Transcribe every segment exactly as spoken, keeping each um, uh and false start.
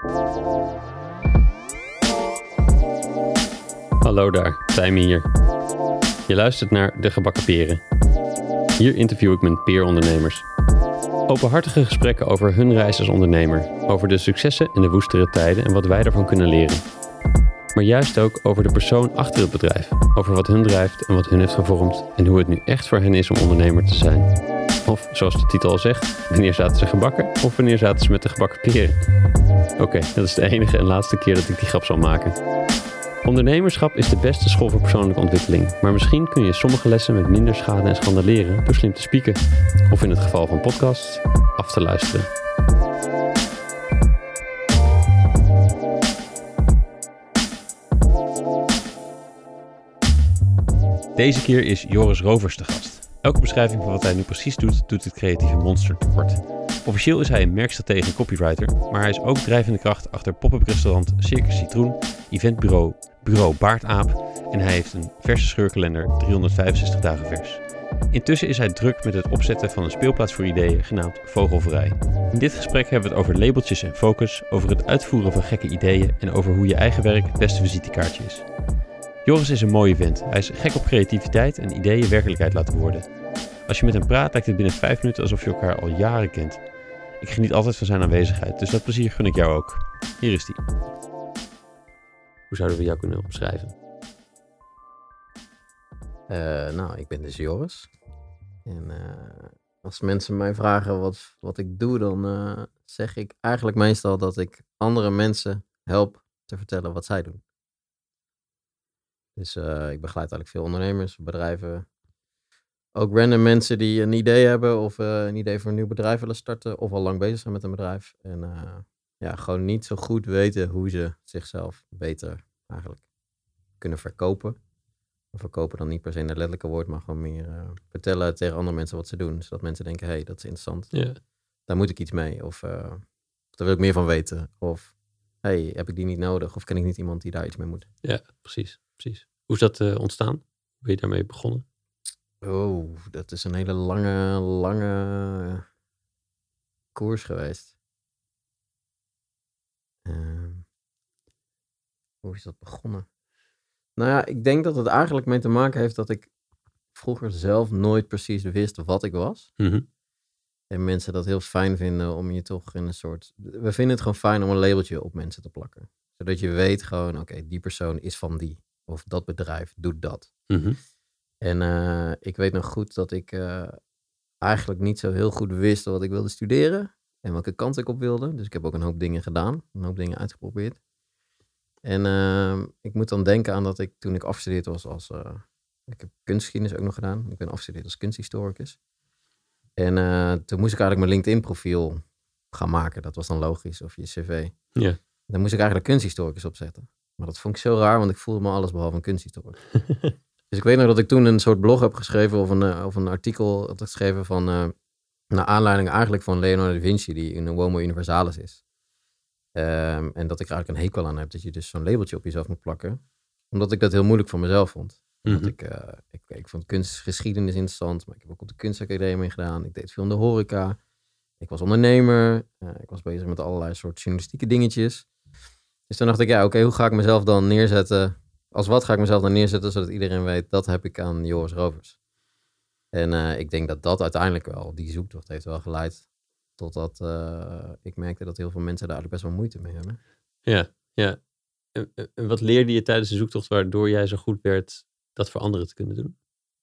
Hallo daar, Tijmen hier. Je luistert naar De Gebakken Peren. Hier interview ik mijn peerondernemers. Openhartige gesprekken over hun reis als ondernemer, over de successen en de woestere tijden en wat wij daarvan kunnen leren. Maar juist ook over de persoon achter het bedrijf, over wat hun drijft en wat hun heeft gevormd en hoe het nu echt voor hen is om ondernemer te zijn. Of, zoals de titel al zegt, wanneer zaten ze gebakken of wanneer zaten ze met de gebakken peren? Oké, okay, dat is de enige en laatste keer dat ik die grap zal maken. Ondernemerschap is de beste school voor persoonlijke ontwikkeling, maar misschien kun je sommige lessen met minder schade en schande leren door slim te spieken. Of in het geval van podcasts, af te luisteren. Deze keer is Joris Rovers te gast. Elke beschrijving van wat hij nu precies doet, doet het creatieve monster tekort. Officieel is hij een merkstratege en copywriter, maar hij is ook drijvende kracht achter pop-up restaurant Circus Citroen, eventbureau Bureau Baardaap en hij heeft een verse scheurkalender driehonderdvijfenzestig dagen vers. Intussen is hij druk met het opzetten van een speelplaats voor ideeën genaamd Vogelvrij. In dit gesprek hebben we het over labeltjes en focus, over het uitvoeren van gekke ideeën en over hoe je eigen werk het beste visitekaartje is. Joris is een mooie vent. Hij is gek op creativiteit en ideeën werkelijkheid laten worden. Als je met hem praat lijkt het binnen vijf minuten alsof je elkaar al jaren kent. Ik geniet altijd van zijn aanwezigheid, dus dat plezier gun ik jou ook. Hier is die. Hoe zouden we jou kunnen omschrijven? Uh, nou, ik ben dus Joris. En uh, als mensen mij vragen wat, wat ik doe, dan uh, zeg ik eigenlijk meestal dat ik andere mensen help te vertellen wat zij doen. Dus uh, ik begeleid eigenlijk veel ondernemers, bedrijven. Ook random mensen die een idee hebben of uh, een idee voor een nieuw bedrijf willen starten. Of al lang bezig zijn met een bedrijf. En uh, ja, gewoon niet zo goed weten hoe ze zichzelf beter eigenlijk kunnen verkopen. Verkopen dan niet per se in het letterlijke woord, maar gewoon meer uh, vertellen tegen andere mensen wat ze doen. Zodat mensen denken, hé, hey, dat is interessant. Ja. Daar moet ik iets mee. Of, uh, of daar wil ik meer van weten. Of, hé, hey, heb ik die niet nodig? Of ken ik niet iemand die daar iets mee moet? Ja, precies. precies. Hoe is dat uh, ontstaan? Hoe ben je daarmee begonnen? Oh, dat is een hele lange, lange koers geweest. Uh, hoe is dat begonnen? Nou ja, ik denk dat het eigenlijk mee te maken heeft dat ik vroeger zelf nooit precies wist wat ik was. Mm-hmm. En mensen dat heel fijn vinden om je toch in een soort... We vinden het gewoon fijn om een labeltje op mensen te plakken. Zodat je weet gewoon, oké, okay, die persoon is van die. Of dat bedrijf doet dat. Mm-hmm. En uh, ik weet nog goed dat ik uh, eigenlijk niet zo heel goed wist wat ik wilde studeren. En welke kant ik op wilde. Dus ik heb ook een hoop dingen gedaan. Een hoop dingen uitgeprobeerd. En uh, ik moet dan denken aan dat ik toen ik afgestudeerd was als... Uh, ik heb kunstgeschiedenis ook nog gedaan. Ik ben afgestudeerd als kunsthistoricus. En uh, toen moest ik eigenlijk mijn LinkedIn profiel gaan maken. Dat was dan logisch. Of je cv. Ja. Dan moest ik eigenlijk kunsthistoricus opzetten. Maar dat vond ik zo raar, want ik voelde me alles behalve een kunsthistoricus. Dus ik weet nog dat ik toen een soort blog heb geschreven of een, uh, of een artikel had geschreven van... Uh, naar aanleiding eigenlijk van Leonardo da Vinci, die in een Homo Universalis is. Um, en dat ik er eigenlijk een hekel aan heb dat je dus zo'n labeltje op jezelf moet plakken. Omdat ik dat heel moeilijk voor mezelf vond. Mm-hmm. Omdat ik, uh, ik, ik vond kunstgeschiedenis interessant, maar ik heb ook op de kunstacademie gedaan. Ik deed veel in de horeca. Ik was ondernemer. Uh, ik was bezig met allerlei soort journalistieke dingetjes. Dus toen dacht ik, ja, oké, okay, hoe ga ik mezelf dan neerzetten? Als wat ga ik mezelf dan neerzetten, zodat iedereen weet, dat heb ik aan Joris Rovers. En uh, ik denk dat dat uiteindelijk wel, die zoektocht heeft wel geleid totdat uh, ik merkte dat heel veel mensen daar eigenlijk best wel moeite mee hebben. Ja, ja. En, en wat leerde je tijdens de zoektocht waardoor jij zo goed werd dat voor anderen te kunnen doen?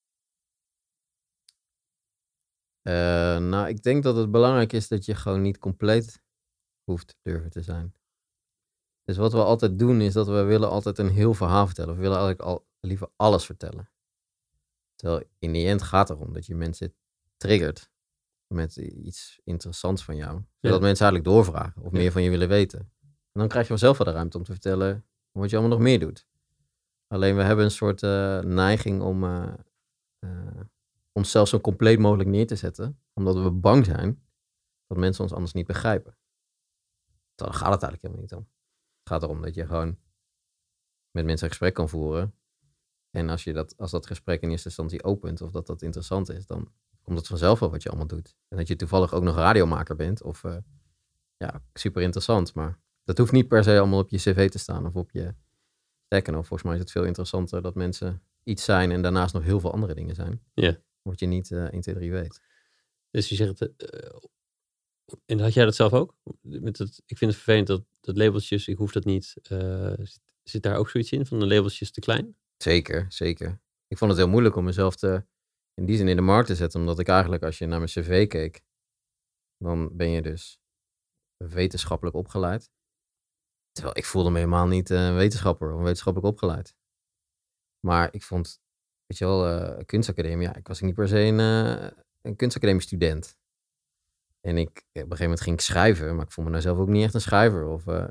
Uh, nou, ik denk dat het belangrijk is dat je gewoon niet compleet hoeft durven te zijn. Dus wat we altijd doen is dat we willen altijd een heel verhaal vertellen. We willen eigenlijk al, liever alles vertellen. Terwijl in die end gaat het erom dat je mensen triggert met iets interessants van jou. Zodat ja. mensen eigenlijk doorvragen of ja. meer van je willen weten. En dan krijg je vanzelf wel de ruimte om te vertellen wat je allemaal nog meer doet. Alleen we hebben een soort uh, neiging om uh, uh, onszelf zo compleet mogelijk neer te zetten. Omdat we bang zijn dat mensen ons anders niet begrijpen. Dan gaat het eigenlijk helemaal niet om. Het gaat erom dat je gewoon met mensen een gesprek kan voeren. En als, je dat, als dat gesprek in eerste instantie opent of dat dat interessant is, dan komt het vanzelf wel wat je allemaal doet. En dat je toevallig ook nog radiomaker bent of uh, ja, super interessant. Maar Dat hoeft niet per se allemaal op je cv te staan of op je sterker nog. Volgens mij is het veel interessanter dat mensen iets zijn en daarnaast nog heel veel andere dingen zijn. Ja. Wat je niet uh, één, twee, drie weet. Dus je zegt, uh, en had jij dat zelf ook? Met het, ik vind het vervelend dat, dat labeltjes, ik hoef dat niet. Uh, zit, zit daar ook zoiets in van de labeltjes te klein? Zeker, zeker. Ik vond het heel moeilijk om mezelf te, in die zin in de markt te zetten. Omdat ik eigenlijk, als je naar mijn cv keek, dan ben je dus wetenschappelijk opgeleid. Terwijl ik voelde me helemaal niet een uh, wetenschapper of wetenschappelijk opgeleid. Maar ik vond, weet je wel, uh, kunstacademie, ja, ik was niet per se een, uh, een kunstacademie student. En ik, op een gegeven moment ging ik schrijven, maar ik voelde me nou zelf ook niet echt een schrijver. Of, uh...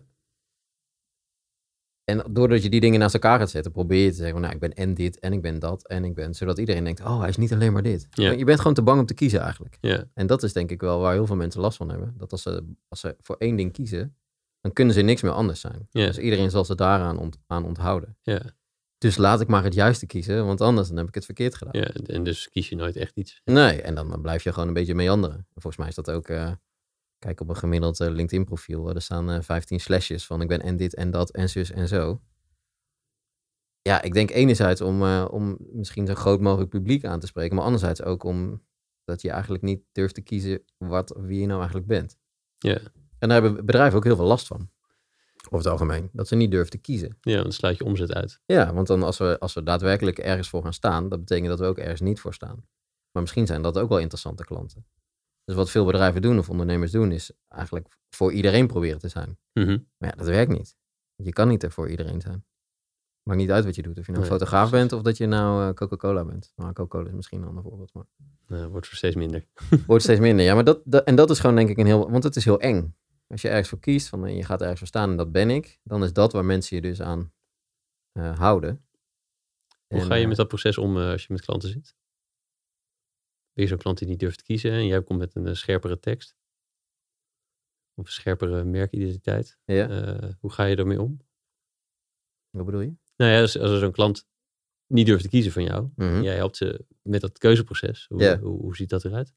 En doordat je die dingen naast elkaar gaat zetten, probeer je te zeggen, nou, ik ben en dit en ik ben dat en ik ben, zodat iedereen denkt, oh, hij is niet alleen maar dit. Ja. Je bent gewoon te bang om te kiezen eigenlijk. Ja. En dat is denk ik wel waar heel veel mensen last van hebben. Dat als ze, als ze voor één ding kiezen, dan kunnen ze niks meer anders zijn. Ja. Dus iedereen zal ze daaraan ont, aan onthouden. Ja. Dus laat ik maar het juiste kiezen, want anders dan heb ik het verkeerd gedaan. Ja, en dus kies je nooit echt iets. Nee, en dan blijf je gewoon een beetje meanderen. Volgens mij is dat ook, uh, kijk op een gemiddeld uh, LinkedIn profiel, uh, er staan uh, vijftien slashjes van ik ben en dit en dat en zus en zo. Ja, ik denk enerzijds om, uh, om misschien zo'n groot mogelijk publiek aan te spreken, maar anderzijds ook om dat je eigenlijk niet durft te kiezen wat, wie je nou eigenlijk bent. Ja. En daar hebben bedrijven ook heel veel last van. Over het algemeen. Dat ze niet durven te kiezen. Ja, dan sluit je omzet uit. Ja, want dan als we, als we daadwerkelijk ergens voor gaan staan, dat betekent dat we ook ergens niet voor staan. Maar misschien zijn dat ook wel interessante klanten. Dus wat veel bedrijven doen of ondernemers doen, is eigenlijk voor iedereen proberen te zijn. Mm-hmm. Maar ja, dat werkt niet. Je kan niet er voor iedereen zijn. Maakt niet uit wat je doet. Of je nou nee, fotograaf precies. bent of dat je nou uh, Coca-Cola bent. Nou, Coca-Cola is misschien een ander voorbeeld. Maar... Nou, wordt er steeds minder. Wordt steeds minder, ja. Maar dat, dat, en dat is gewoon denk ik een heel... Want het is heel eng. Als je ergens voor kiest, van, en je gaat ergens voor staan en dat ben ik, dan is dat waar mensen je dus aan uh, houden. Hoe en, ga je uh, met dat proces om uh, als je met klanten zit? Ben je zo'n klant die niet durft te kiezen en jij komt met een uh, scherpere tekst? Of een scherpere merkidentiteit? Ja. Uh, hoe ga je ermee om? Wat bedoel je? Nou ja, als, als er zo'n klant niet durft te kiezen van jou, Mm-hmm. jij helpt ze met dat keuzeproces. Hoe, Ja. hoe, hoe ziet dat eruit?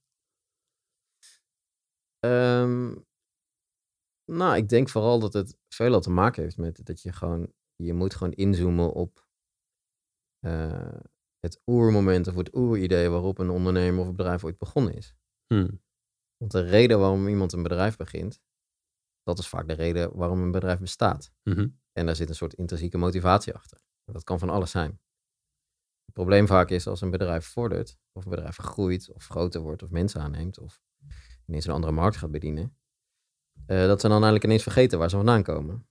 Um, nou, ik denk vooral dat het veelal te maken heeft met dat je gewoon, je moet gewoon inzoomen op uh, het oermoment of het oeridee waarop een ondernemer of een bedrijf ooit begonnen is. Hmm. Want de reden waarom iemand een bedrijf begint, dat is vaak de reden waarom een bedrijf bestaat. Mm-hmm. En daar zit een soort intrinsieke motivatie achter. Dat kan van alles zijn. Het probleem vaak is als een bedrijf vordert, of een bedrijf groeit, of groter wordt, of mensen aanneemt, of ineens een andere markt gaat bedienen, uh, dat ze dan eigenlijk ineens vergeten waar ze vandaan komen.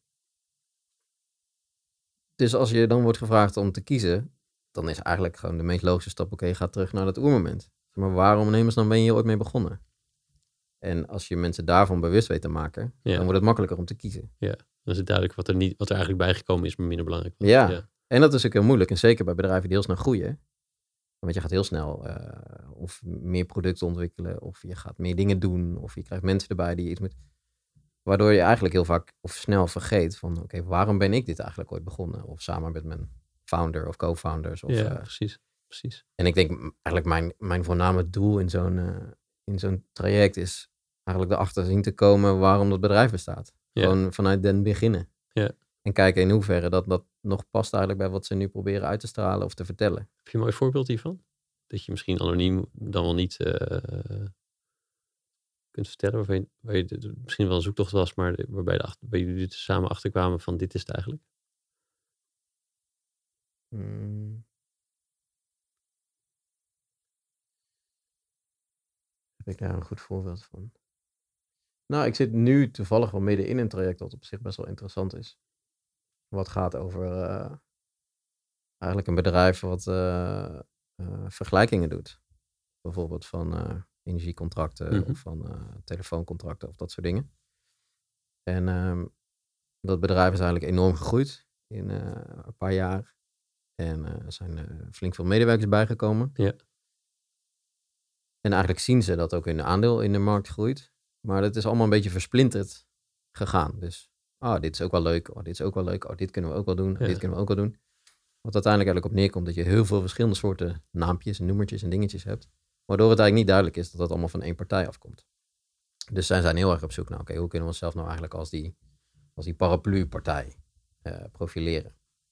Dus als je dan wordt gevraagd om te kiezen, dan is eigenlijk gewoon de meest logische stap, oké, okay, ga terug naar dat oermoment. Maar waarom nemen ze dan ben je hier ooit mee begonnen? En als je mensen daarvan bewust weet te maken, ja. dan wordt het makkelijker om te kiezen. Ja, dan is het duidelijk wat er, niet, wat er eigenlijk bijgekomen is, maar minder belangrijk. Ja. ja, en dat is ook heel moeilijk. En zeker bij bedrijven die heel snel groeien. Want je gaat heel snel uh, of meer producten ontwikkelen, of je gaat meer dingen doen, of je krijgt mensen erbij die iets met... Waardoor je eigenlijk heel vaak of snel vergeet van, oké, okay, waarom ben ik dit eigenlijk ooit begonnen? Of samen met mijn founder of co-founders. Of, ja, uh, precies, precies. En ik denk eigenlijk mijn, mijn voorname doel in zo'n, uh, in zo'n traject is eigenlijk erachter zien te komen waarom dat bedrijf bestaat. Ja. Gewoon vanuit den beginnen. Ja. En kijken in hoeverre dat, dat nog past eigenlijk bij wat ze nu proberen uit te stralen of te vertellen. Heb je een mooi voorbeeld hiervan? Dat je misschien anoniem dan wel niet uh, kunt vertellen, waarvan je, waar je de, misschien wel een zoektocht was, maar waarbij, de, waarbij jullie er samen achterkwamen van dit is het eigenlijk? Hmm. Heb ik daar een goed voorbeeld van? Nou, ik zit nu toevallig wel midden in een traject dat op zich best wel interessant is. Wat gaat over uh, eigenlijk een bedrijf wat uh, uh, vergelijkingen doet. Bijvoorbeeld van uh, energiecontracten mm-hmm. of van uh, telefooncontracten of dat soort dingen. En um, dat bedrijf is eigenlijk enorm gegroeid in uh, een paar jaar. En uh, er zijn uh, flink veel medewerkers bijgekomen. Ja. En eigenlijk zien ze dat ook hun aandeel in de markt groeit. Maar het is allemaal een beetje versplinterd gegaan. Dus, ah, dit is ook wel leuk. Oh, dit is ook wel leuk. Oh, dit kunnen we ook wel doen. Oh, ja. Dit kunnen we ook wel doen. Wat uiteindelijk eigenlijk op neerkomt dat je heel veel verschillende soorten naampjes en noemertjes en dingetjes hebt. Waardoor het eigenlijk niet duidelijk is dat dat allemaal van één partij afkomt. Dus zij zijn heel erg op zoek naar, oké, okay, hoe kunnen we onszelf nou eigenlijk als die als die paraplu-partij uh, profileren.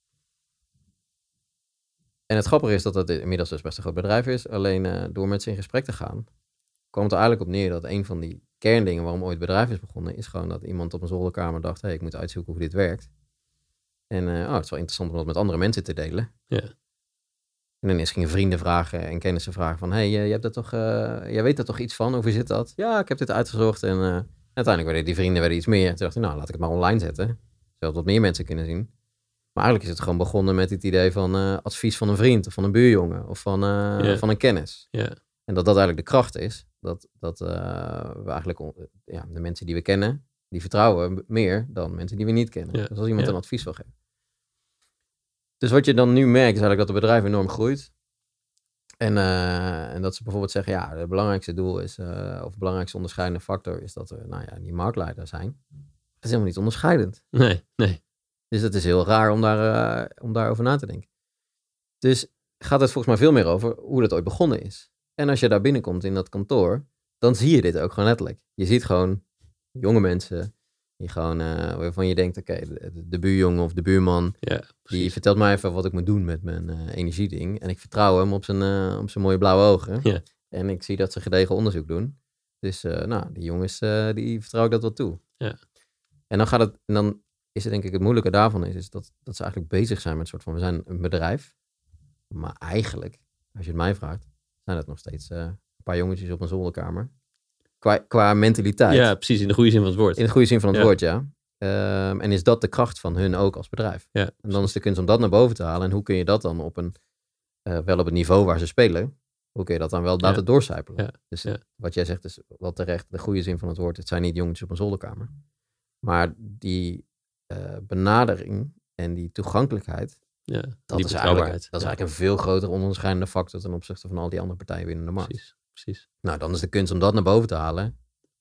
En het grappige is dat het inmiddels dus best een groot bedrijf is. Alleen uh, door met ze in gesprek te gaan, kwam het er eigenlijk op neer dat een van die kerndingen waarom ooit het bedrijf is begonnen, is gewoon dat iemand op een zolderkamer dacht, hé, hey, ik moet uitzoeken hoe dit werkt. En uh, oh, het is wel interessant om dat met andere mensen te delen. Ja. En ineens gingen vrienden vragen en kennissen vragen van, hé, hey, je hebt er toch, uh, jij weet er toch iets van? Hoe zit dat? Ja, ik heb dit uitgezocht. En uh, uiteindelijk werden die vrienden werden iets meer. Toen dacht ik, nou, laat ik het maar online zetten. Zodat wat meer mensen kunnen zien. Maar eigenlijk is het gewoon begonnen met het idee van uh, advies van een vriend of van een buurjongen of van, uh, ja. van een kennis. Ja. En dat dat eigenlijk de kracht is. Dat, dat uh, we eigenlijk, ja, de mensen die we kennen, die vertrouwen meer dan mensen die we niet kennen. Ja. Dus als iemand ja. een advies wil geven. Dus wat je dan nu merkt is eigenlijk dat het bedrijf enorm groeit. En, uh, en dat ze bijvoorbeeld zeggen, ja, het belangrijkste doel is, uh, of het belangrijkste onderscheidende factor is dat we, nou ja, die marktleider zijn. Dat is helemaal niet onderscheidend. Nee, nee. Dus dat is heel raar om, daar, uh, om daarover na te denken. Dus gaat het volgens mij veel meer over hoe dat ooit begonnen is. En als je daar binnenkomt in dat kantoor, dan zie je dit ook gewoon letterlijk. Je ziet gewoon jonge mensen die gewoon, uh, waarvan je denkt, oké, okay, de, de buurjongen of de buurman, ja, die vertelt mij even wat ik moet doen met mijn uh, energieding. En ik vertrouw hem op zijn, uh, op zijn mooie blauwe ogen. Ja. En ik zie dat ze gedegen onderzoek doen. Dus uh, nou, die jongens, uh, die vertrouw ik dat wel toe. Ja. En dan gaat het, en dan is het denk ik het moeilijke daarvan is, is dat, dat ze eigenlijk bezig zijn met een soort van, we zijn een bedrijf. Maar eigenlijk, als je het mij vraagt, zijn het nog steeds uh, een paar jongetjes op een zolderkamer. Qua, qua mentaliteit. Ja, precies, in de goede zin van het woord. In de goede zin van het ja. woord, ja. Um, en is dat de kracht van hun ook als bedrijf. Ja, en dan is de kunst om dat naar boven te halen. En hoe kun je dat dan op een, uh, wel op het niveau waar ze spelen, hoe kun je dat dan wel laten ja. doorcijpelen. Ja. Dus ja. wat jij zegt is wel terecht, de goede zin van het woord. Het zijn niet jongetjes op een zolderkamer. Maar die uh, benadering en die toegankelijkheid, ja, dat, die is eigenlijk, dat is ja. eigenlijk een veel groter onderscheidende factor ten opzichte van al die andere partijen binnen de markt. Precies, precies. Nou, dan is de kunst om dat naar boven te halen.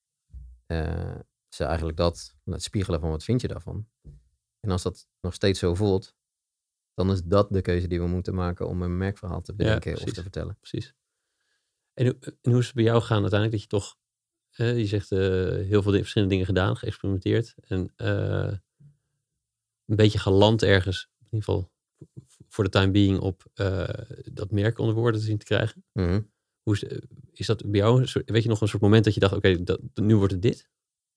Uh, is eigenlijk dat, het spiegelen van wat vind je daarvan. En als dat nog steeds zo voelt, dan is dat de keuze die we moeten maken om een merkverhaal te bedenken ja, of te vertellen. Precies. En, en hoe is het bij jou gegaan uiteindelijk dat je toch, uh, je zegt uh, heel veel verschillende dingen gedaan, geëxperimenteerd en uh, een beetje geland ergens, in ieder geval voor de time being, op uh, dat merk onder woorden te zien te krijgen. Mm-hmm. Hoe is, is dat bij jou, weet je nog een soort moment dat je dacht, oké, okay, nu wordt het dit?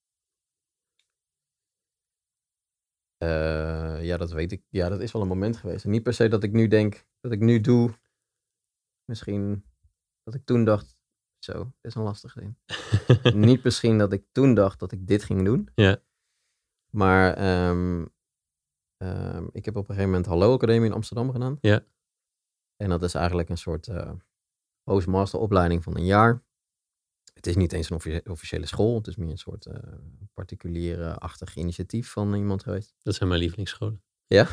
Uh, ja, dat weet ik. Ja, dat is wel een moment geweest. En niet per se dat ik nu denk, dat ik nu doe. Misschien dat ik toen dacht, zo, dit is een lastig ding. Niet misschien dat ik toen dacht dat ik dit ging doen. Ja. Maar um, um, ik heb op een gegeven moment Hallo Academie in Amsterdam gedaan. Ja. En dat is eigenlijk een soort uh, postmaster opleiding van een jaar. Het is niet eens een officie- officiële school. Het is meer een soort uh, particuliere-achtig initiatief van iemand geweest. Dat zijn mijn lievelingsscholen. Ja?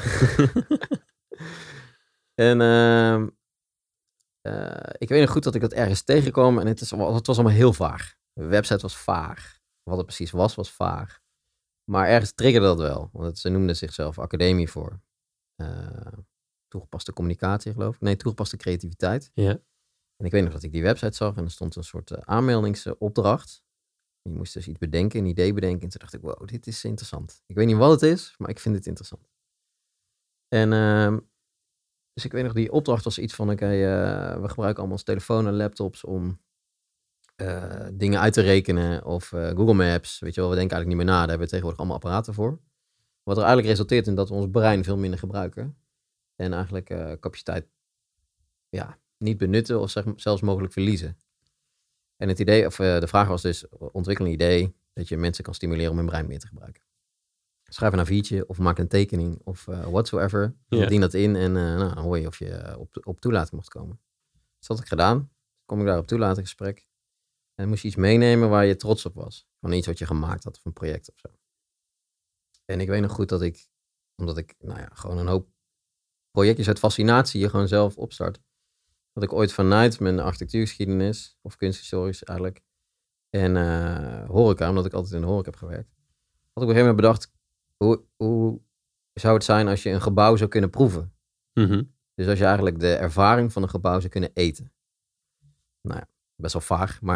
en uh, uh, ik weet nog goed dat ik dat ergens tegenkwam. En het, is, het was allemaal heel vaag. De website was vaag. Wat het precies was, was vaag. Maar ergens triggerde dat wel. Want het, ze noemden zichzelf Academie voor uh, toegepaste communicatie, geloof ik. Nee, toegepaste creativiteit. Ja. En ik weet nog dat ik die website zag en er stond een soort uh, aanmeldingsopdracht. Je moest dus iets bedenken, een idee bedenken. En toen dacht ik, wow, dit is interessant. Ik weet niet wat het is, maar ik vind het interessant. En uh, dus ik weet nog, die opdracht was iets van, oké, okay, uh, we gebruiken allemaal ons telefoon en laptops om uh, dingen uit te rekenen. Of uh, Google Maps, weet je wel, we denken eigenlijk niet meer na. Daar hebben we tegenwoordig allemaal apparaten voor. Wat er eigenlijk resulteert in dat we ons brein veel minder gebruiken. En eigenlijk uh, capaciteit, ja... niet benutten of zeg, zelfs mogelijk verliezen. En het idee, of uh, de vraag was dus, ontwikkel een idee dat je mensen kan stimuleren om hun brein meer te gebruiken. Schrijf een A viertje of maak een tekening of uh, whatsoever. Ja. Dien dat in en uh, nou, dan hoor je of je op, op toelating mocht komen. Dus dat had ik gedaan. Kom ik daar op toelatingsgesprek. En dan moest je iets meenemen waar je trots op was. Van iets wat je gemaakt had of een project of zo. En ik weet nog goed dat ik, omdat ik nou ja, gewoon een hoop projectjes uit fascinatie je gewoon zelf opstart. Dat ik ooit vanuit mijn architectuurgeschiedenis, of kunsthistorisch eigenlijk, en uh, horeca, omdat ik altijd in de horeca heb gewerkt, had ik op een gegeven moment bedacht, hoe, hoe zou het zijn als je een gebouw zou kunnen proeven? Mm-hmm. Dus als je eigenlijk de ervaring van een gebouw zou kunnen eten. Nou ja, best wel vaag, maar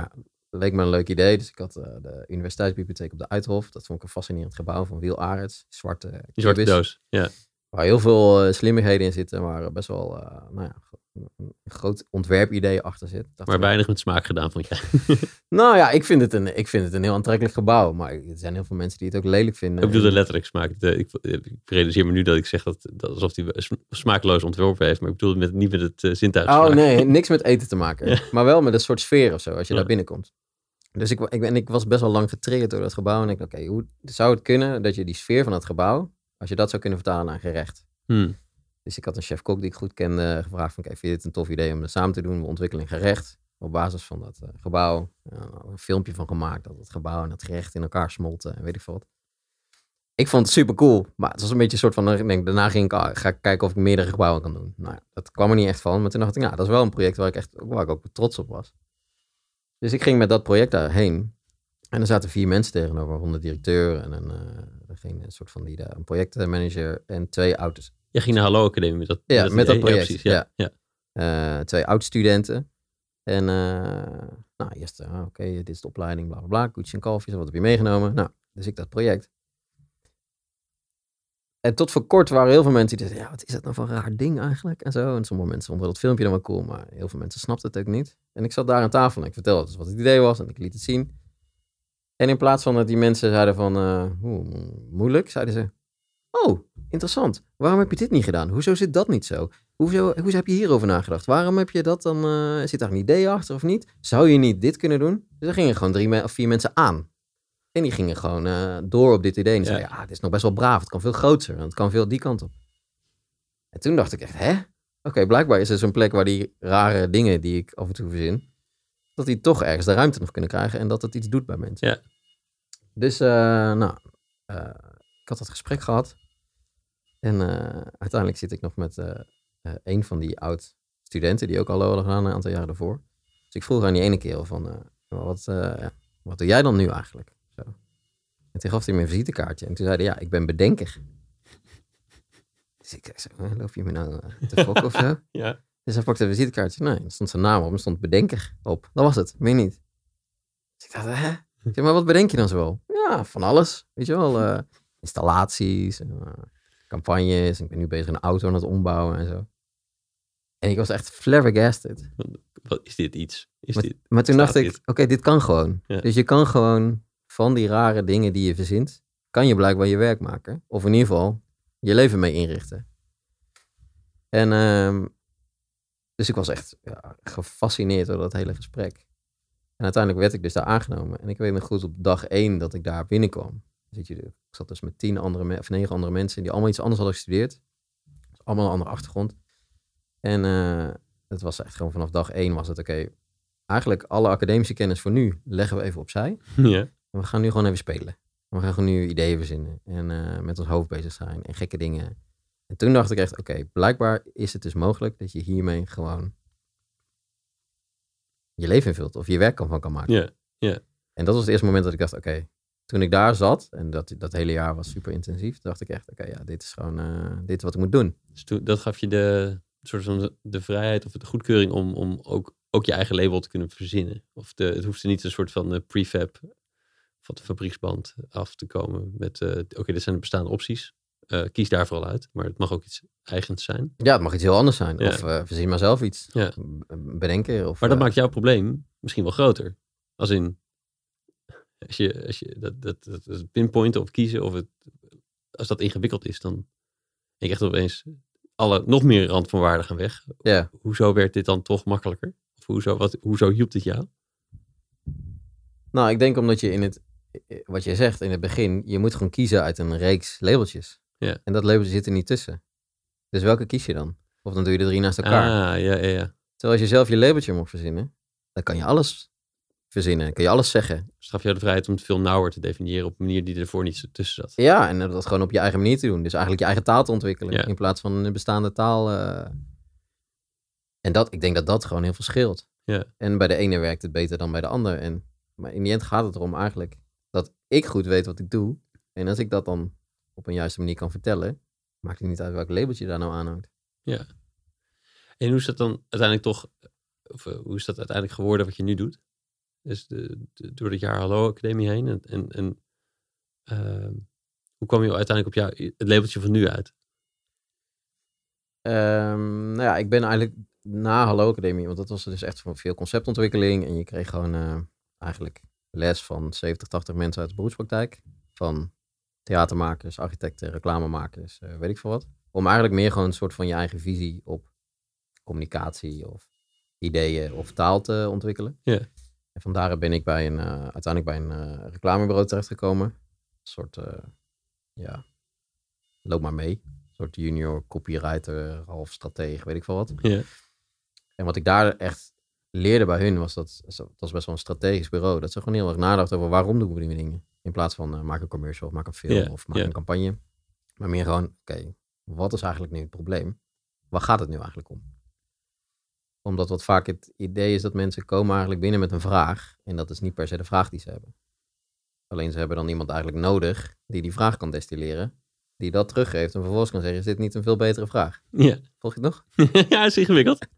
leek me een leuk idee. Dus ik had uh, de universiteitsbibliotheek op de Uithof. Dat vond ik een fascinerend gebouw van Wiel Arends. Zwarte uh, Die zwarte doos, ja. Waar heel veel uh, slimmigheden in zitten. Waar best wel uh, nou ja, een groot ontwerpidee achter zit. Dat maar weinig met smaak gedaan, vond jij? Nou ja, ik vind, het een, ik vind het een heel aantrekkelijk gebouw. Maar er zijn heel veel mensen die het ook lelijk vinden. Ik bedoel de letterlijk smaak. Ik, ik realiseer me nu dat ik zeg dat, dat alsof hij smakeloos ontworpen heeft. Maar ik bedoel met, niet met het uh, zintuig. Oh nee, niks met eten te maken. Ja. Maar wel met een soort sfeer of zo, als je ja. daar binnenkomt. Dus ik, ik, en ik was best wel lang getriggerd door dat gebouw. En ik dacht, oké, okay, hoe zou het kunnen dat je die sfeer van het gebouw, als je dat zou kunnen vertalen naar een gerecht. Hmm. Dus ik had een chef-kok die ik goed kende gevraagd van, okay, vind je dit een tof idee om dat samen te doen? We ontwikkelen een gerecht op basis van dat uh, gebouw. Uh, een filmpje van gemaakt, dat het gebouw en het gerecht in elkaar smolten en weet ik veel wat. Ik vond het super cool, maar het was een beetje een soort van, ik denk, daarna ging ik, ah, ga ik kijken of ik meerdere gebouwen kan doen. Nou ja, dat kwam er niet echt van, maar toen dacht ik, nou, dat is wel een project waar ik echt, waar ik ook trots op was. Dus ik ging met dat project daarheen. En er zaten vier mensen tegenover, waaronder de directeur en een, uh, er ging een soort van die, uh, een projectmanager en twee ouders. Je ging naar Hallo Academie met dat, ja, met met dat project. Ja, precies, ja. ja. ja. Uh, twee oud-studenten. En uh, nou, eerst, uh, oké, okay, dit is de opleiding, bla bla bla, koetjes en kalfjes, wat heb je meegenomen? Nou, dus ik dat project. En tot voor kort waren heel veel mensen die zeiden, ja, wat is dat nou voor een raar ding eigenlijk? En zo. En sommige mensen vonden dat filmpje dan wel cool, maar heel veel mensen snapten het ook niet. En ik zat daar aan tafel en ik vertelde dus wat het idee was en ik liet het zien. En in plaats van dat die mensen zeiden van, uh, oeh, moeilijk, zeiden ze, oh, interessant. Waarom heb je dit niet gedaan? Hoezo zit dat niet zo? Hoezo, hoezo heb je hierover nagedacht? Waarom heb je dat dan, uh, zit daar een idee achter of niet? Zou je niet dit kunnen doen? Dus er gingen gewoon drie me- of vier mensen aan. En die gingen gewoon uh, door op dit idee. En die zeiden, ja. ja, het is nog best wel braaf. Het kan veel groter. En het kan veel die kant op. En toen dacht ik echt, hè? Oké, okay, blijkbaar is er zo'n plek waar die rare dingen die ik af en toe verzin, dat die toch ergens de ruimte nog kunnen krijgen. En dat het iets doet bij mensen. Ja. Dus, uh, nou, uh, ik had dat gesprek gehad. En uh, uiteindelijk zit ik nog met uh, uh, een van die oud-studenten, die ook al hadden gedaan een aantal jaren daarvoor. Dus ik vroeg aan die ene kerel van, uh, wat, uh, ja, wat doe jij dan nu eigenlijk? Zo. En toen gaf hij me een visitekaartje. En toen zei hij, ja, ik ben bedenker. Dus ik zei, loop je me nou uh, te fokken of zo? Ja. Dus hij pakte een visitekaartje. Nee, er stond zijn naam op. Er stond bedenker op. Dat was het, meer niet. Dus ik dacht, hè? Ik zei, maar wat bedenk je dan zoal? Ja, van alles. Weet je wel, uh, installaties, uh, campagnes. Ik ben nu bezig een auto aan het ombouwen en zo. En ik was echt flabbergasted. Wat is dit iets? Is maar, dit, maar toen dacht ik, oké, okay, dit kan gewoon. Ja. Dus je kan gewoon van die rare dingen die je verzint, kan je blijkbaar je werk maken. Of in ieder geval je leven mee inrichten. En um, dus ik was echt ja, gefascineerd door dat hele gesprek. En uiteindelijk werd ik dus daar aangenomen. En ik weet nog goed op dag één dat ik daar binnenkwam. Zit je, ik zat dus met tien andere me- of negen andere mensen die allemaal iets anders hadden gestudeerd. Dus allemaal een andere achtergrond. En uh, het was echt gewoon vanaf dag één was het oké. Okay, eigenlijk alle academische kennis voor nu leggen we even opzij. Ja. En we gaan nu gewoon even spelen. We gaan gewoon nu ideeën verzinnen. En uh, met ons hoofd bezig zijn. En gekke dingen. En toen dacht ik echt, oké, okay, blijkbaar is het dus mogelijk dat je hiermee gewoon je leven invult. Of je werk kan van kan maken. Ja, ja. En dat was het eerste moment dat ik dacht, oké. Okay, toen ik daar zat, en dat, dat hele jaar was super intensief, dacht ik echt, oké, okay, ja, dit is gewoon, uh, dit is wat ik moet doen. Dus toen, dat gaf je de soort van de vrijheid of de goedkeuring om, om ook, ook je eigen label te kunnen verzinnen. Of de, het hoefde niet een soort van uh, prefab van de fabrieksband af te komen met, uh, oké, okay, dit zijn de bestaande opties. Uh, kies daar vooral uit, maar het mag ook iets eigens zijn. Ja, het mag iets heel anders zijn. Ja. Of uh, verzin maar zelf iets. Ja. Bedenken. Of, maar dat uh, maakt jouw probleem misschien wel groter. Als in, als je, als je dat, dat, dat, dat pinpointen of kiezen, of het, als dat ingewikkeld is, dan denk ik echt opeens alle nog meer randvoorwaarden gaan weg. Ja. Hoezo werd dit dan toch makkelijker? Of hoezo, wat, hoezo hielp dit jou? Nou, ik denk omdat je in het, wat je zegt in het begin, je moet gewoon kiezen uit een reeks labeltjes. Ja. En dat labeltje zit er niet tussen. Dus welke kies je dan? Of dan doe je de drie naast elkaar. Ah, ja, ja, ja. Terwijl als je zelf je labeltje mag verzinnen, dan kan je alles verzinnen. Kan je alles zeggen. Dus gaf jou de vrijheid om het veel nauwer te definiëren op een manier die ervoor niet tussen zat. Ja, en dat gewoon op je eigen manier te doen. Dus eigenlijk je eigen taal te ontwikkelen. Ja. In plaats van een bestaande taal. Uh... En dat, ik denk dat dat gewoon heel veel scheelt. Ja. En bij de ene werkt het beter dan bij de ander. En, maar in die end gaat het erom eigenlijk dat ik goed weet wat ik doe. En als ik dat dan op een juiste manier kan vertellen, maakt het niet uit welk labeltje daar nou aan hangt. Ja. En hoe is dat dan uiteindelijk toch, of uh, hoe is dat uiteindelijk geworden wat je nu doet? is de, de, door het jaar Hallo Academie heen. En, en, en uh, hoe kwam je uiteindelijk op jou, het labeltje van nu uit? Um, nou ja, ik ben eigenlijk na Hallo Academie, want dat was dus echt van veel conceptontwikkeling. En je kreeg gewoon uh, eigenlijk les van zeventig, tachtig mensen uit de beroepspraktijk. Van theatermakers, architecten, reclamemakers, uh, weet ik veel wat. Om eigenlijk meer gewoon een soort van je eigen visie op communicatie of ideeën of taal te ontwikkelen. Yeah. En vandaar ben ik bij een, uh, uiteindelijk bij een uh, reclamebureau terechtgekomen. Een soort, uh, ja, loop maar mee. Een soort junior copywriter, half stratege, weet ik veel wat. Yeah. En wat ik daar echt leerde bij hun was dat, dat was best wel een strategisch bureau. Dat ze gewoon heel erg nadachten over waarom doen we die dingen. In plaats van uh, maak een commercial of maak een film yeah. of maak yeah. een campagne. Maar meer gewoon, oké, okay, wat is eigenlijk nu het probleem? Waar gaat het nu eigenlijk om? Omdat wat vaak het idee is dat mensen komen eigenlijk binnen met een vraag. En dat is niet per se de vraag die ze hebben. Alleen ze hebben dan iemand eigenlijk nodig die die vraag kan destilleren. Die dat teruggeeft en vervolgens kan zeggen, is dit niet een veel betere vraag? Ja. Volg je het nog? Ja, is ingewikkeld.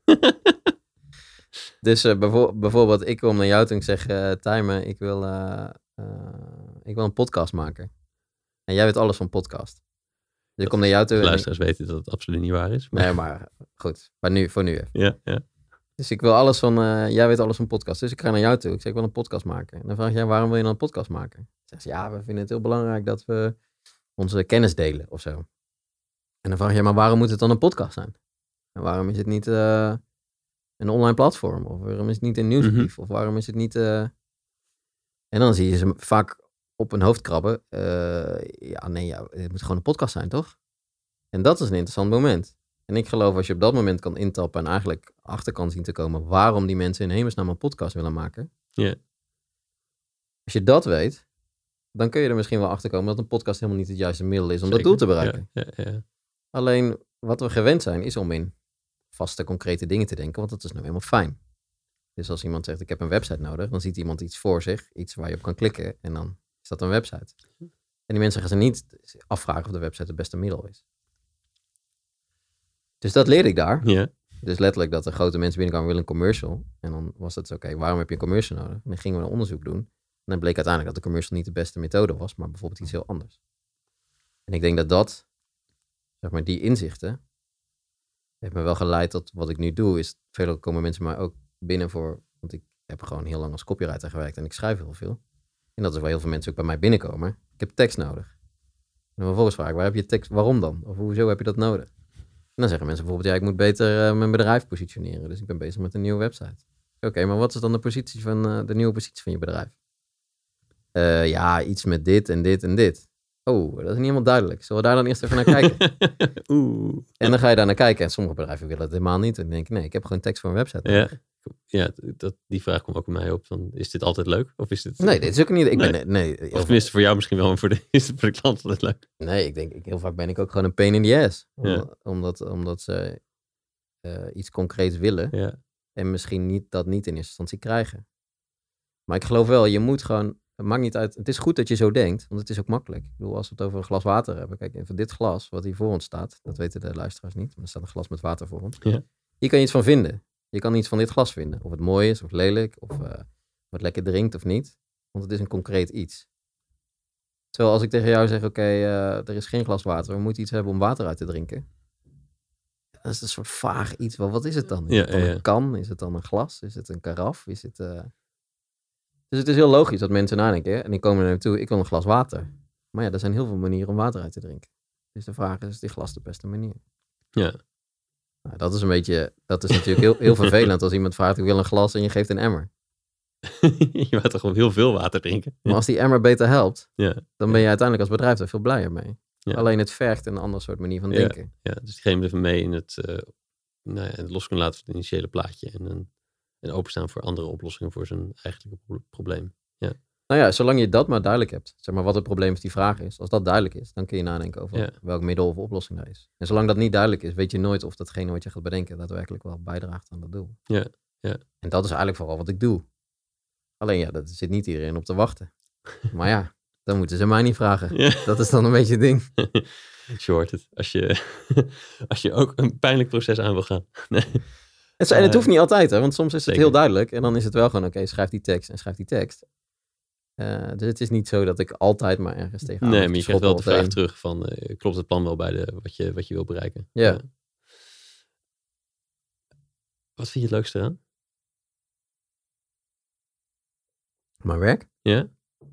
Dus uh, bijvo- bijvoorbeeld, ik kom naar jou toe en ik zeg, uh, Tijmen, ik wil, uh, uh, ik wil een podcast maken. En jij weet alles van podcast. Dus ik kom naar jou toe. De luisteraars ik... weten dat het absoluut niet waar is. Maar... Nee, maar goed. Maar nu, voor nu even. Ja, ja. Dus ik wil alles van, uh, jij weet alles van podcast. Dus ik ga naar jou toe. Ik zeg, ik wil een podcast maken. En dan vraag jij, waarom wil je dan een podcast maken? Ik zeg, ja, we vinden het heel belangrijk dat we onze kennis delen of zo. En dan vraag je, maar waarom moet het dan een podcast zijn? En waarom is het niet uh, een online platform? Of waarom is het niet een nieuwsbrief? Mm-hmm. Of waarom is het niet... Uh... En dan zie je ze vaak op hun hoofd krabben. Uh, ja, nee, ja, het moet gewoon een podcast zijn, toch? En dat is een interessant moment. En ik geloof als je op dat moment kan intappen en eigenlijk achter kan zien te komen waarom die mensen in hemelsnaam een podcast willen maken. Yeah. Als je dat weet, dan kun je er misschien wel achter komen dat een podcast helemaal niet het juiste middel is om Zeker. dat doel te bereiken. Ja, ja, ja. Alleen wat we gewend zijn is om in vaste concrete dingen te denken, want dat is nou helemaal fijn. Dus als iemand zegt ik heb een website nodig, dan ziet iemand iets voor zich, iets waar je op kan klikken en dan is dat een website. En die mensen gaan ze niet afvragen of de website het beste middel is. Dus dat leerde ik daar. Yeah. Dus letterlijk dat de grote mensen binnenkwamen willen een commercial. En dan was dat zo, oké, okay, waarom heb je een commercial nodig? En dan gingen we een onderzoek doen. En dan bleek uiteindelijk dat de commercial niet de beste methode was, maar bijvoorbeeld iets heel anders. En ik denk dat dat, zeg maar, die inzichten, heeft me wel geleid tot wat ik nu doe, is, veel komen mensen maar ook binnen voor, want ik heb gewoon heel lang als copywriter gewerkt en ik schrijf heel veel. En dat is waar heel veel mensen ook bij mij binnenkomen. Ik heb tekst nodig. En dan vervolgens vraag ik, waar heb je tekst, waarom dan? Of hoezo heb je dat nodig? En dan zeggen mensen bijvoorbeeld, ja, ik moet beter uh, mijn bedrijf positioneren. Dus ik ben bezig met een nieuwe website. Oké, okay, maar wat is dan de positie van uh, de nieuwe positie van je bedrijf? Uh, ja, iets met dit en dit en dit. Oh, dat is niet helemaal duidelijk. Zullen we daar dan eerst even naar kijken? Oeh. En dan ga je daar naar kijken. En sommige bedrijven willen het helemaal niet. En dan denk ik, nee, ik heb gewoon tekst voor een website. Ja, ja dat, die vraag komt ook bij mij op. Dan, is dit altijd leuk? Of is dit... Nee, dit is ook niet... Ik nee. ben, nee, of tenminste voor jou misschien wel, maar voor de, is het voor de klant altijd leuk. Nee, ik denk, heel vaak ben ik ook gewoon een pain in the ass. Om, Ja. Omdat, omdat ze uh, iets concreets willen. Ja. En misschien niet, dat niet in eerste instantie krijgen. Maar ik geloof wel, je moet gewoon... Het maakt niet uit. Het is goed dat je zo denkt, want het is ook makkelijk. Ik bedoel, als we het over een glas water hebben. Kijk, even dit glas, wat hier voor ons staat. Dat weten de luisteraars niet, maar er staat een glas met water voor ons. Ja. Hier kan je iets van vinden. Je kan iets van dit glas vinden. Of het mooi is, of lelijk, of uh, of het lekker drinkt of niet. Want het is een concreet iets. Terwijl als ik tegen jou zeg, oké, okay, uh, er is geen glas water. We moeten iets hebben om water uit te drinken. Dat is een soort vaag iets. Wel, wat is het dan? Is Ja, het dan ja, een ja. kan? Is het dan een glas? Is het een karaf? Is het... Uh... Dus het is heel logisch dat mensen nadenken. Hè? En die komen er naartoe, ik wil een glas water. Maar ja, er zijn heel veel manieren om water uit te drinken. Dus de vraag is, is die glas de beste manier? Ja. Nou, dat is een beetje, dat is natuurlijk heel, heel vervelend als iemand vraagt, ik wil een glas en je geeft een emmer. Je wilt toch gewoon heel veel water drinken? Maar als die emmer beter helpt, Ja. dan ben je uiteindelijk als bedrijf daar veel blijer mee. Ja. Alleen het vergt een ander soort manier van Ja. denken. Ja, dus diegene even mee in het, uh, nou ja, het los kunnen laten van het initiële plaatje. En, een, en openstaan voor andere oplossingen voor zijn eigenlijke pro- probleem. Ja. Nou ja, zolang je dat maar duidelijk hebt, zeg maar wat het probleem of die vraag is, als dat duidelijk is, dan kun je nadenken over Ja. welk middel of oplossing daar is. En zolang dat niet duidelijk is, weet je nooit of datgene wat je gaat bedenken daadwerkelijk wel bijdraagt aan dat doel. Ja. Ja. En dat is eigenlijk vooral wat ik doe. Alleen ja, daar zit niet iedereen op te wachten. Maar ja, dan moeten ze mij niet vragen. Ja. Dat is dan een beetje het ding. Short het. Als je, als je ook een pijnlijk proces aan wil gaan. Nee. Het, en het hoeft niet altijd, hè, want soms is zeker. het heel duidelijk. En dan is het wel gewoon, oké, okay, schrijf die tekst en schrijf die tekst. Uh, dus het is niet zo dat ik altijd maar ergens tegenaan... Nee, maar je krijgt wel de vraag een. terug van... Uh, klopt het plan wel bij de, wat, je, wat je wil bereiken? Ja. Uh, wat vind je het leukste eraan? Mijn werk? Ja.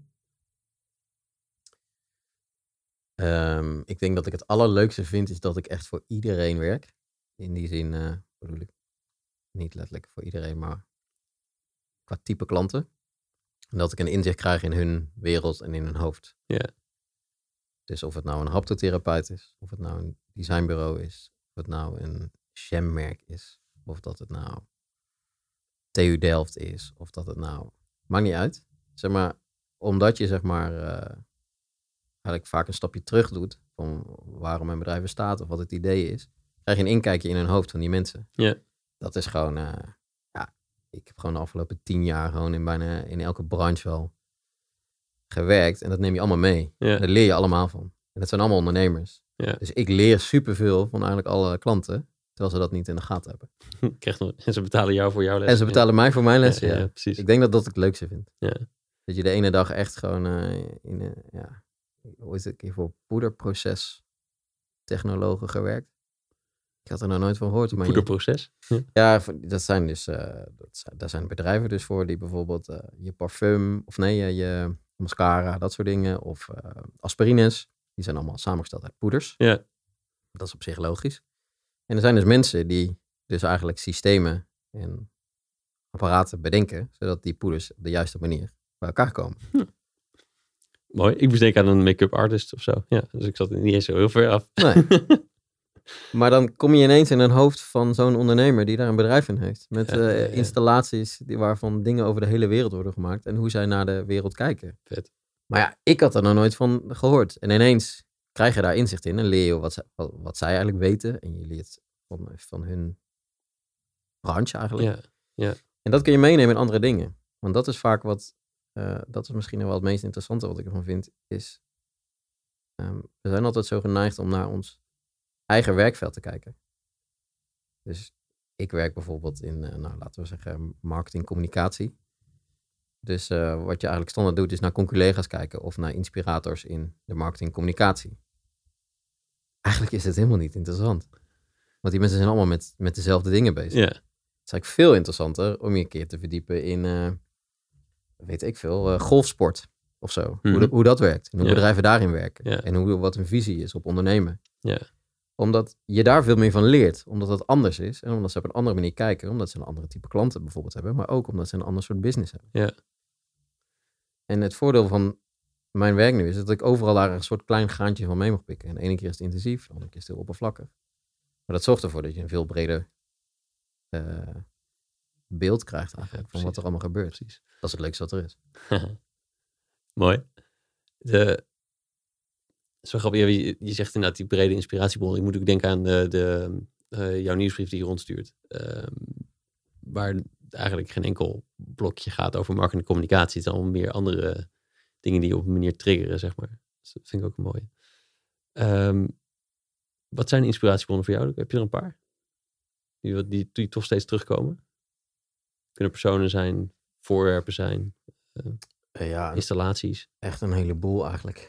Um, ik denk dat ik het allerleukste vind... is dat ik echt voor iedereen werk. In die zin uh, bedoel ik niet letterlijk voor iedereen... maar qua type klanten. En dat ik een inzicht krijg in hun wereld en in hun hoofd. Ja. Dus of het nou een haptotherapeut is... of het nou een designbureau is... of het nou een jammerk is... of dat het nou T U Delft is... of dat het nou... maakt niet uit. Zeg maar, omdat je zeg maar... Uh, eigenlijk vaak een stapje terug doet... van waarom mijn bedrijf bestaat... of wat het idee is... krijg je een inkijkje in hun hoofd van die mensen. Ja. Dat is gewoon... Uh, ja, ik heb gewoon de afgelopen tien jaar... gewoon in bijna in elke branche wel... gewerkt. En dat neem je allemaal mee. Ja. Daar leer je allemaal van. En dat zijn allemaal ondernemers. Ja. Dus ik leer superveel van eigenlijk alle klanten... terwijl ze dat niet in de gaten hebben. Krijg nog, en ze betalen jou voor jouw les. En ze betalen ja. mij voor mijn lessen, ja, ja. ja. ja. Precies. Ik denk dat dat ik het leukste vind. Ja. Dat je de ene dag echt gewoon uh, in... Uh, ja, hoe is het, een keer voor poederproces technologen gewerkt. Ik had er nog nooit van gehoord. Maar poederproces? Je, ja, dat zijn dus, uh, dat zijn, daar zijn bedrijven dus voor die bijvoorbeeld uh, je parfum, of nee, je, je mascara, dat soort dingen, of uh, aspirines, die zijn allemaal samengesteld uit poeders. Ja. Dat is op zich logisch. En er zijn dus mensen die dus eigenlijk systemen en apparaten bedenken, zodat die poeders op de juiste manier bij elkaar komen. Hm. Mooi. Ik moest denken aan een make-up artist of zo. Ja, dus ik zat er niet eens zo heel ver af. Nee. Maar dan kom je ineens in een hoofd van zo'n ondernemer die daar een bedrijf in heeft. Met ja, ja, ja. Uh, installaties die, waarvan dingen over de hele wereld worden gemaakt. En hoe zij naar de wereld kijken. Vet. Maar ja, ik had er nog nooit van gehoord. En ineens krijg je daar inzicht in. En leer je wat, zij, wat, wat zij eigenlijk weten. En je leert van, van hun branche eigenlijk. Ja, ja. En dat kun je meenemen in andere dingen. Want dat is vaak wat... Uh, dat is misschien wel het meest interessante wat ik ervan vind. Is... Um, we zijn altijd zo geneigd om naar ons... eigen werkveld te kijken. Dus ik werk bijvoorbeeld in, uh, nou laten we zeggen, marketing, communicatie. Dus uh, wat je eigenlijk standaard doet, is naar conculega's kijken of naar inspirators in de marketing, communicatie. Eigenlijk is het helemaal niet interessant. Want die mensen zijn allemaal met, met dezelfde dingen bezig. Ja. Het is eigenlijk veel interessanter om je een keer te verdiepen in, uh, weet ik veel, uh, golfsport of zo. Mm-hmm. Hoe, de, hoe dat werkt. En hoe ja. bedrijven daarin werken. Ja. En hoe, wat hun visie is op ondernemen. Ja. Omdat je daar veel meer van leert. Omdat het anders is. En omdat ze op een andere manier kijken. Omdat ze een andere type klanten bijvoorbeeld hebben. Maar ook omdat ze een ander soort business hebben. Ja. En het voordeel van mijn werk nu is dat ik overal daar een soort klein graantje van mee mag pikken. En de ene keer is het intensief. De andere keer is het heel oppervlakkig. Maar dat zorgt ervoor dat je een veel breder uh, beeld krijgt eigenlijk. Ja, van wat er allemaal gebeurt. Precies. Dat is het leukste wat er is. Mooi. De... Zo grappig, je, je zegt inderdaad die brede inspiratiebron. Ik moet ook denken aan de, de, uh, jouw nieuwsbrief die je rondstuurt. Uh, waar eigenlijk geen enkel blokje gaat over marketing en communicatie. Het zijn allemaal meer andere dingen die je op een manier triggeren, zeg maar. Dus dat vind ik ook een mooie. Um, wat zijn inspiratiebronnen voor jou? Heb je er een paar? Die, die, die toch steeds terugkomen? Kunnen personen zijn, voorwerpen zijn, uh, uh, ja, installaties? Echt een heleboel eigenlijk.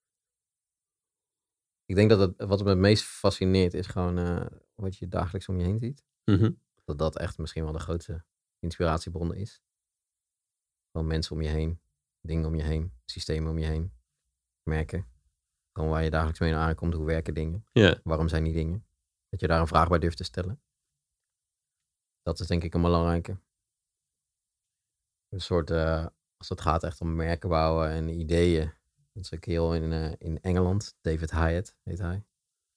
Ik denk dat het, wat me het meest fascineert is gewoon uh, wat je dagelijks om je heen ziet. Mm-hmm. Dat dat echt misschien wel de grootste inspiratiebron is. Gewoon mensen om je heen, dingen om je heen, systemen om je heen, merken. Gewoon waar je dagelijks mee aankomt, hoe werken dingen? Yeah. Waarom zijn die dingen? Dat je daar een vraag bij durft te stellen. Dat is denk ik een belangrijke. Een soort, uh, als het gaat echt om merken bouwen en ideeën. Dat is een kerel in, uh, in Engeland, David Hyatt heet hij.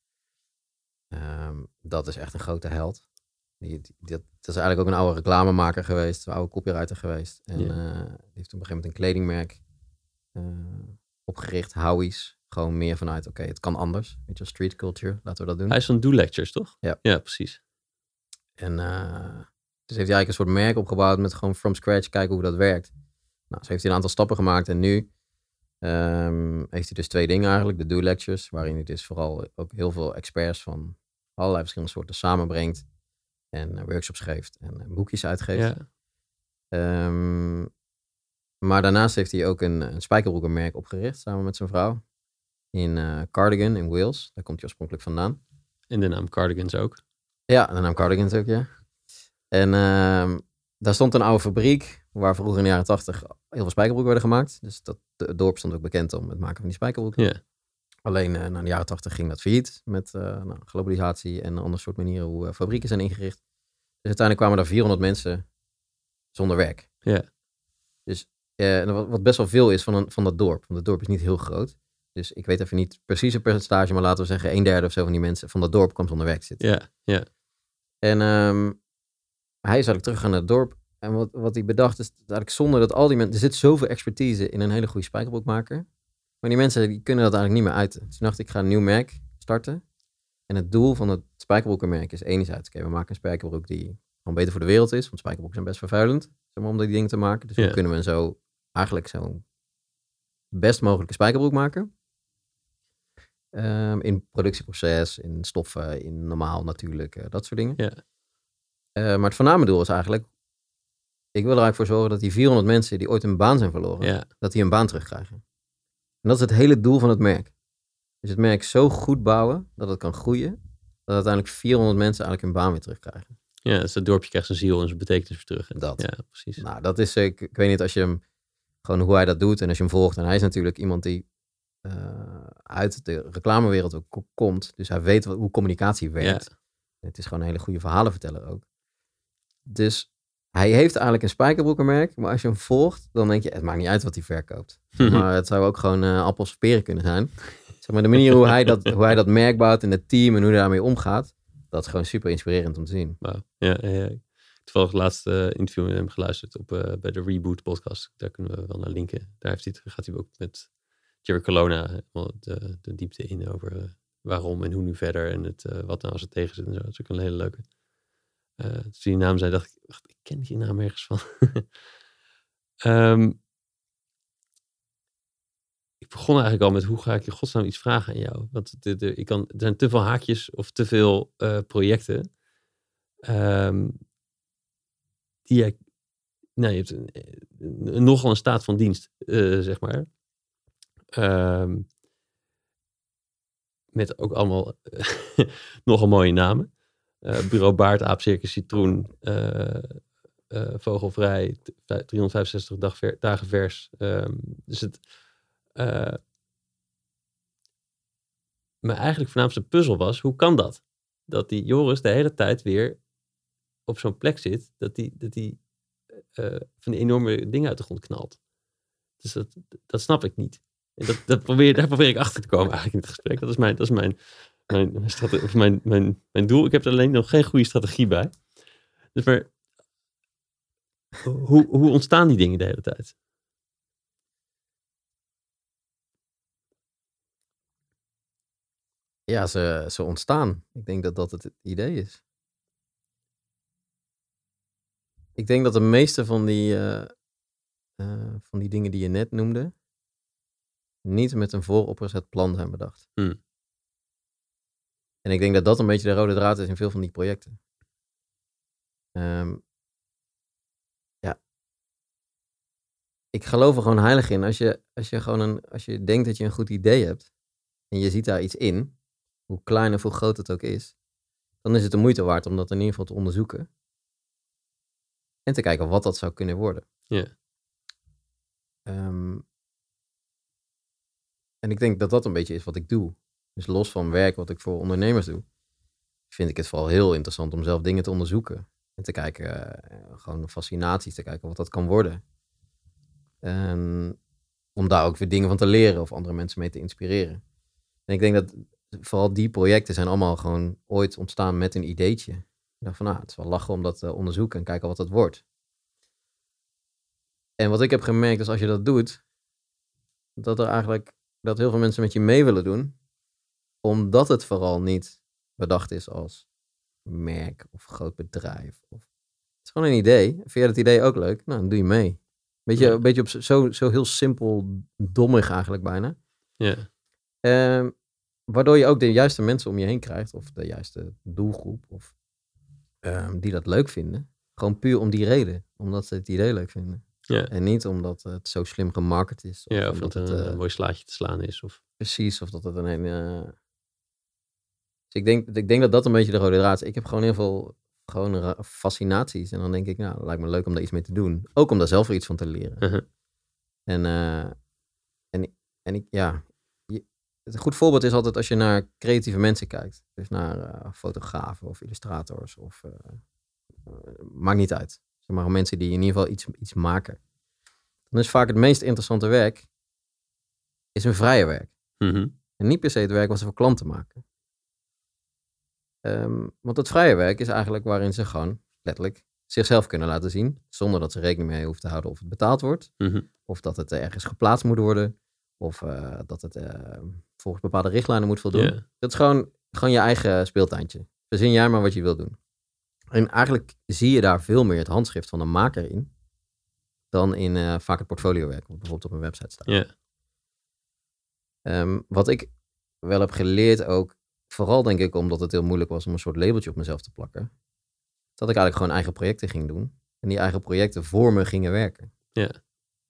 Um, dat is echt een grote held. Die, die, dat, dat is eigenlijk ook een oude reclamemaker geweest, een oude copywriter geweest. En yeah. uh, die heeft op een gegeven moment een kledingmerk uh, opgericht, Howie's. Gewoon meer vanuit, oké, okay, het kan anders. Weet je, street culture, laten we dat doen. Hij is van Do Lectures, toch? Ja. Ja, precies. En uh, dus heeft hij eigenlijk een soort merk opgebouwd met gewoon from scratch kijken hoe dat werkt. Nou, zo heeft hij een aantal stappen gemaakt en nu um, heeft hij dus twee dingen eigenlijk. De Do Lectures, waarin hij dus vooral ook heel veel experts van allerlei verschillende soorten samenbrengt. En uh, workshops geeft en uh, boekjes uitgeeft. Ja. Um, maar daarnaast heeft hij ook een, een spijkerbroekenmerk opgericht, samen met zijn vrouw. In uh, Cardigan in Wales. Daar komt hij oorspronkelijk vandaan. En de naam Cardigans ook. Ja, de naam Cardigans ook, ja. En uh, daar stond een oude fabriek, waar vroeger in de jaren tachtig heel veel spijkerbroeken werden gemaakt. Dus dat, het dorp stond ook bekend om het maken van die spijkerbroeken. Ja. Alleen uh, na de jaren tachtig ging dat failliet met uh, nou, globalisatie en een ander soort manieren hoe uh, fabrieken zijn ingericht. Dus uiteindelijk kwamen daar vierhonderd mensen zonder werk. Ja. Dus uh, wat, wat best wel veel is van, een, van dat dorp. Want het dorp is niet heel groot. Dus ik weet even niet precies een percentage, maar laten we zeggen een derde of zo van die mensen van dat dorp kwam zonder werk zitten. Ja, ja. En um, hij is eigenlijk teruggegaan naar het dorp. En wat, wat hij bedacht is eigenlijk zonder dat al die mensen... Er zit zoveel expertise in een hele goede spijkerbroekmaker. Maar die mensen die kunnen dat eigenlijk niet meer uiten. Dus toen dacht ik, ik ga een nieuw merk starten. En het doel van het spijkerbroekenmerk is enerzijds... Oké, okay, we maken een spijkerbroek die gewoon beter voor de wereld is. Want spijkerbroeken zijn best vervuilend. Zeg maar, om die dingen te maken. Dus ja. hoe kunnen we zo eigenlijk zo'n best mogelijke spijkerbroek maken? Um, in productieproces, in stoffen, in normaal natuurlijk, uh, dat soort dingen. Ja. Uh, maar het voorname doel is eigenlijk... Ik wil er eigenlijk voor zorgen dat die vierhonderd mensen die ooit hun baan zijn verloren... Ja. dat die een baan terugkrijgen. En dat is het hele doel van het merk. Dus het merk zo goed bouwen dat het kan groeien... dat uiteindelijk vierhonderd mensen eigenlijk hun baan weer terugkrijgen. Ja, dus het dorpje krijgt zijn ziel en zijn betekenis weer terug. En dat. Ja, precies. Nou, dat is... Ik, ik weet niet als je hem... Gewoon hoe hij dat doet en als je hem volgt. En hij is natuurlijk iemand die... Uh, uit de reclamewereld ook komt. Dus hij weet wat, hoe communicatie werkt. Ja. Het is gewoon een hele goede verhalenverteller ook. Dus hij heeft eigenlijk een spijkerbroekenmerk. Maar als je hem volgt, dan denk je... Het maakt niet uit wat hij verkoopt. Maar het zou ook gewoon uh, appels of peren kunnen zijn. Zeg maar de manier hoe hij, dat, hoe hij dat merk bouwt in het team... en hoe hij daarmee omgaat... dat is gewoon super inspirerend om te zien. Wow. Ja, ja, ja. Toevallig het laatste uh, interview met hem geluisterd... op uh, bij de Reboot podcast. Daar kunnen we wel naar linken. Daar heeft hij het, gaat hij ook met... Jerry Colonna, de, de diepte in over uh, waarom en hoe nu verder en het, uh, wat nou als het tegen zit en zo. Dat is ook een hele leuke. Uh, toen die naam zei, dacht ik, wacht, ik ken die naam ergens van. um, ik begon eigenlijk al met hoe ga ik in godsnaam iets vragen aan jou? Want de, de, ik kan, er zijn te veel haakjes of te veel uh, projecten. Um, die jij, nou, je hebt een, een, nogal een staat van dienst, uh, zeg maar. Um, met ook allemaal uh, nogal mooie namen. Uh, Bureau Baard, Aap, Circus, Citroen, uh, uh, Vogelvrij, driehonderdvijfenzestig dag ver, dagen vers. Um, dus het... Uh, mijn eigenlijk voornaamste puzzel was, hoe kan dat? Dat die Joris de hele tijd weer op zo'n plek zit, dat die, dat die uh, van die enorme dingen uit de grond knalt. Dus dat, dat snap ik niet. En dat, dat probeer, daar probeer ik achter te komen eigenlijk in het gesprek. Dat is mijn, dat is mijn, mijn, mijn, strate- of mijn, mijn, mijn doel. Ik heb er alleen nog geen goede strategie bij. Dus maar, hoe, hoe ontstaan die dingen de hele tijd? Ja, ze, ze ontstaan. Ik denk dat dat het idee is. Ik denk dat de meeste van die, uh, uh, van die dingen die je net noemde... niet met een vooropgezet plan zijn bedacht. Hmm. En ik denk dat dat een beetje de rode draad is in veel van die projecten. Um, ja. Ik geloof er gewoon heilig in. Als je, als je gewoon een, als je denkt dat je een goed idee hebt... en je ziet daar iets in... hoe klein of hoe groot het ook is... dan is het de moeite waard om dat in ieder geval te onderzoeken. En te kijken wat dat zou kunnen worden. Yeah. Um, en ik denk dat dat een beetje is wat ik doe. Dus los van werk wat ik voor ondernemers doe... vind ik het vooral heel interessant om zelf dingen te onderzoeken. En te kijken, uh, gewoon fascinaties, te kijken wat dat kan worden. En om daar ook weer dingen van te leren of andere mensen mee te inspireren. En ik denk dat vooral die projecten zijn allemaal gewoon ooit ontstaan met een ideetje. Ik dacht van, nou, het is wel lachen om dat te onderzoeken en kijken wat dat wordt. En wat ik heb gemerkt is als je dat doet, dat er eigenlijk, dat heel veel mensen met je mee willen doen, omdat het vooral niet bedacht is als merk of groot bedrijf. Of... Het is gewoon een idee. Vind je dat idee ook leuk? Nou, dan doe je mee. Beetje, ja. Een beetje op zo, zo heel simpel, dommig eigenlijk bijna. Ja. Um, waardoor je ook de juiste mensen om je heen krijgt, of de juiste doelgroep, of um, die dat leuk vinden. Gewoon puur om die reden. Omdat ze het idee leuk vinden. Ja. En niet omdat het zo slim gemarket is. Of ja, of omdat het een, het, uh, een mooi slaatje te slaan is. Of... Precies, of dat het een... Uh... Dus ik denk, ik denk dat dat een beetje de rode draad is. Ik heb gewoon heel veel gewoon fascinaties. En dan denk ik, nou, het lijkt me leuk om daar iets mee te doen. Ook om daar zelf weer iets van te leren. Uh-huh. En, uh, en, en ik, ja... Een goed voorbeeld is altijd als je naar creatieve mensen kijkt. Dus naar uh, fotografen of illustrators. Of, uh, uh, maakt niet uit. Zeg maar mensen die in ieder geval iets, iets maken. Dan is vaak het meest interessante werk... is een vrije werk. Mm-hmm. En niet per se het werk wat ze voor klanten maken. Um, want het vrije werk is eigenlijk waarin ze gewoon letterlijk zichzelf kunnen laten zien. Zonder dat ze rekening mee hoeven te houden of het betaald wordt. Mm-hmm. Of dat het ergens geplaatst moet worden. Of uh, dat het uh, volgens bepaalde richtlijnen moet voldoen. Yeah. Dat is gewoon, gewoon je eigen speeltuintje. Verzin jij maar wat je wilt doen. En eigenlijk zie je daar veel meer het handschrift van een maker in. Dan in uh, vaak het portfoliowerk. Wat bijvoorbeeld op een website staat. Yeah. Um, wat ik wel heb geleerd ook. Vooral denk ik omdat het heel moeilijk was om een soort labeltje op mezelf te plakken. Dat ik eigenlijk gewoon eigen projecten ging doen. En die eigen projecten voor me gingen werken. Ja. Yeah.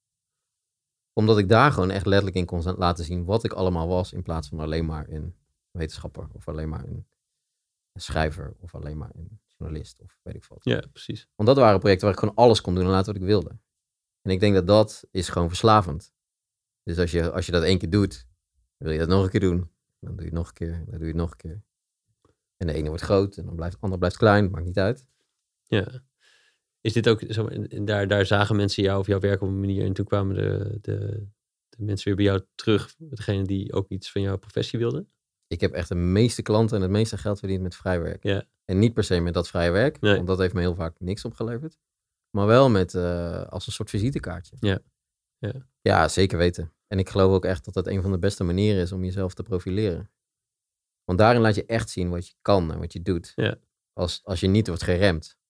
Omdat ik daar gewoon echt letterlijk in kon laten zien wat ik allemaal was. In plaats van alleen maar een wetenschapper. Of alleen maar een schrijver. Of alleen maar een journalist. Of weet ik wat. Ja, precies. Want dat waren projecten waar ik gewoon alles kon doen en laten wat ik wilde. En ik denk dat dat is gewoon verslavend. Dus als je, als je dat één keer doet, wil je dat nog een keer doen. Dan doe je het nog een keer. Dan doe je het nog een keer. En de ene wordt groot en dan blijft, de andere blijft klein. Maakt niet uit. Ja. Is dit ook zo? Daar, daar zagen mensen jou of jouw werk op een manier. En toen kwamen de, de, de mensen weer bij jou terug. Degene die ook iets van jouw professie wilden? Ik heb echt de meeste klanten en het meeste geld verdiend met vrij werk. Ja. En niet per se met dat vrije werk. Nee. Want dat heeft me heel vaak niks opgeleverd. Maar wel met uh, als een soort visitekaartje. Ja. Ja. Ja, zeker weten. En ik geloof ook echt dat dat een van de beste manieren is om jezelf te profileren. Want daarin laat je echt zien wat je kan en wat je doet. Ja. Als, als je niet wordt geremd.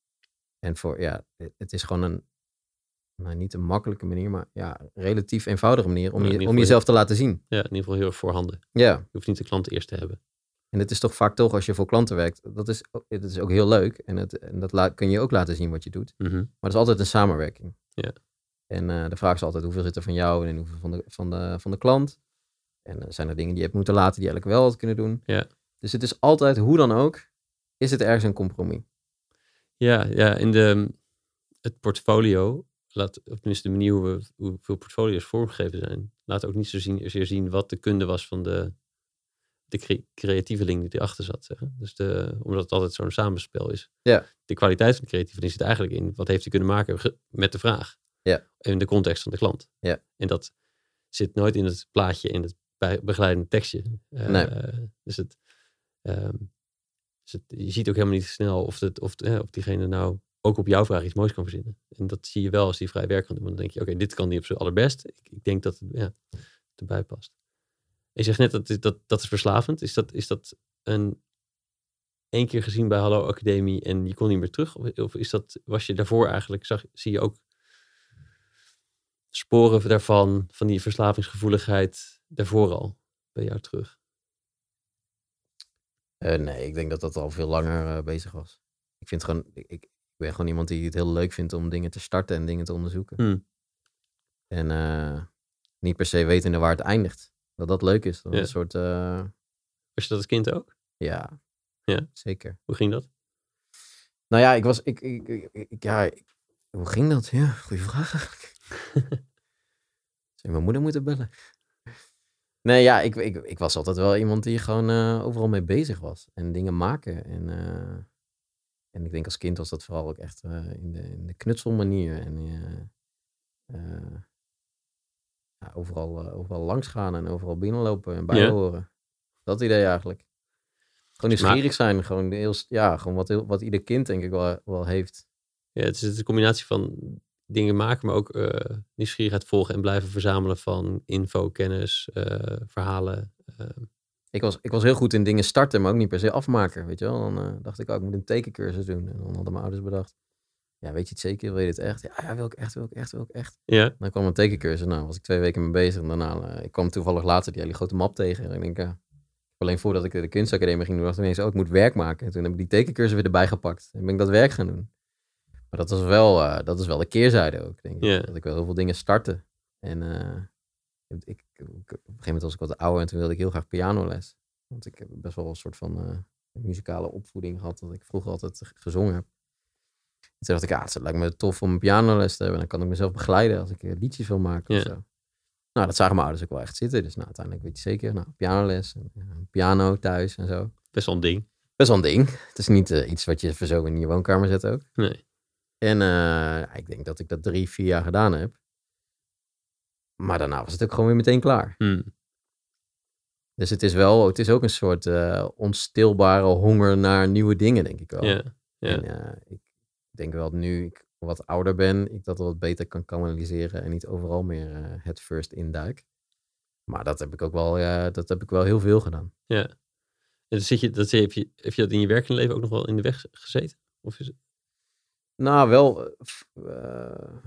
En voor, ja, het is gewoon een, nou niet een makkelijke manier, maar ja, een relatief eenvoudige manier om, ja, je, om jezelf te laten zien. Ja, in ieder geval heel erg voorhanden. Ja. Je hoeft niet de klant eerst te hebben. En het is toch vaak toch als je voor klanten werkt, dat is, dat is ook heel leuk. En, het, en dat la, kun je ook laten zien wat je doet. Mm-hmm. Maar het is altijd een samenwerking. Ja. En uh, de vraag is altijd hoeveel zit er van jou en hoeveel van de, van de, van de klant. En uh, zijn er dingen die je hebt moeten laten die eigenlijk wel had kunnen doen. Ja. Dus het is altijd, hoe dan ook, is het ergens een compromis. Ja, ja, in de, het portfolio, laat, of tenminste de manier hoe, we, hoe veel portfolio's vormgegeven zijn, laat ook niet zozeer zien, zien wat de kunde was van de, de cre- creatieveling die erachter zat. Zeg. Dus de, omdat het altijd zo'n samenspel is. Ja. De kwaliteit van de creatieveling zit eigenlijk in, wat heeft hij kunnen maken ge- met de vraag. Ja. In de context van de klant. Ja. En dat zit nooit in het plaatje, in het bij, begeleidende tekstje. Uh, nee. Dus het... Um, Dus het, je ziet ook helemaal niet snel of, het, of, eh, of diegene nou ook op jouw vraag iets moois kan verzinnen. En dat zie je wel als die vrij werk kan doen. Want dan denk je, oké, okay, dit kan niet op zijn allerbest. Ik, ik denk dat het ja, erbij past. En je zegt net, dat, dat, dat is verslavend. Is dat, is dat een één keer gezien bij Hallo Academie en je kon niet meer terug? Of, of is dat, was je daarvoor eigenlijk, zag, zie je ook sporen daarvan, van die verslavingsgevoeligheid daarvoor al bij jou terug? Uh, nee, ik denk dat dat al veel langer uh, bezig was. Ik vind gewoon, ik, ik ben gewoon iemand die het heel leuk vindt om dingen te starten en dingen te onderzoeken. Hmm. En uh, niet per se wetende waar het eindigt. Dat dat leuk is. Dat ja. een soort... Uh... Was je dat als kind ook? Ja, ja, zeker. Hoe ging dat? Nou ja, ik was, ik, ik, ik, ik ja, ik, hoe ging dat? Ja, goede vraag eigenlijk. Zou mijn moeder moeten bellen? Nee, ja, ik, ik, ik was altijd wel iemand die gewoon uh, overal mee bezig was. En dingen maken. En, uh, en ik denk als kind was dat vooral ook echt uh, in, de, in de knutselmanier. En uh, uh, ja, overal, uh, overal langs gaan en overal binnenlopen en bijhoren. Ja. Dat idee eigenlijk. Gewoon nieuwsgierig zijn. Gewoon, heel, ja, gewoon wat, heel, wat ieder kind denk ik wel, wel heeft. Ja, het is, het is een combinatie van dingen maken, maar ook uh, nieuwsgierigheid volgen en blijven verzamelen van info, kennis, uh, verhalen. Uh. Ik, was, ik was heel goed in dingen starten, maar ook niet per se afmaken, weet je wel. Dan uh, dacht ik, oh, ik moet een tekencursus doen. En dan hadden mijn ouders bedacht, ja, weet je het zeker? Wil je dit echt? Ja, ja, wil ik echt, wil ik echt, wil ik echt. Ja. Dan kwam een tekencursus, nou, was ik twee weken mee bezig. En daarna, uh, ik kwam toevallig later die hele grote map tegen. En ik denk, ja, Alleen voordat ik de kunstacademie ging doen, dacht ik ineens, oh, ik moet werk maken. En toen heb ik die tekencursus weer erbij gepakt. En ben ik dat werk gaan doen. Maar dat was wel, uh, dat is wel de keerzijde ook, denk ik. Yeah. Dat ik wel heel veel dingen startte. En uh, ik, ik, ik, op een gegeven moment was ik wat ouder en toen wilde ik heel graag pianoles. Want ik heb best wel een soort van uh, muzikale opvoeding gehad, dat ik vroeger altijd gezongen heb. En toen dacht ik, ja, het lijkt me tof om een pianoles te hebben. Dan kan ik mezelf begeleiden als ik uh, liedjes wil maken Yeah. of zo. Nou, dat zagen mijn ouders ook wel echt zitten. Dus nou, uiteindelijk weet je zeker, nou, pianoles, en, uh, piano thuis en zo. Best wel een ding. Best wel een ding. Het is niet uh, iets wat je voor zo in je woonkamer zet ook. Nee. En uh, ik denk dat ik dat drie, vier jaar gedaan heb. Maar daarna was het ook gewoon weer meteen klaar. Hmm. Dus het is wel, het is ook een soort uh, onstilbare honger naar nieuwe dingen, denk ik wel. Yeah. Yeah. En uh, ik denk wel dat nu ik wat ouder ben, ik dat wat beter kan kanaliseren en niet overal meer uh, het first induik. Maar dat heb ik ook wel, uh, dat heb ik wel heel veel gedaan. Ja. En zit je, dat, heb, je, heb je dat in je werkende leven ook nog wel in de weg gezeten? Of is het... Nou, wel... Uh,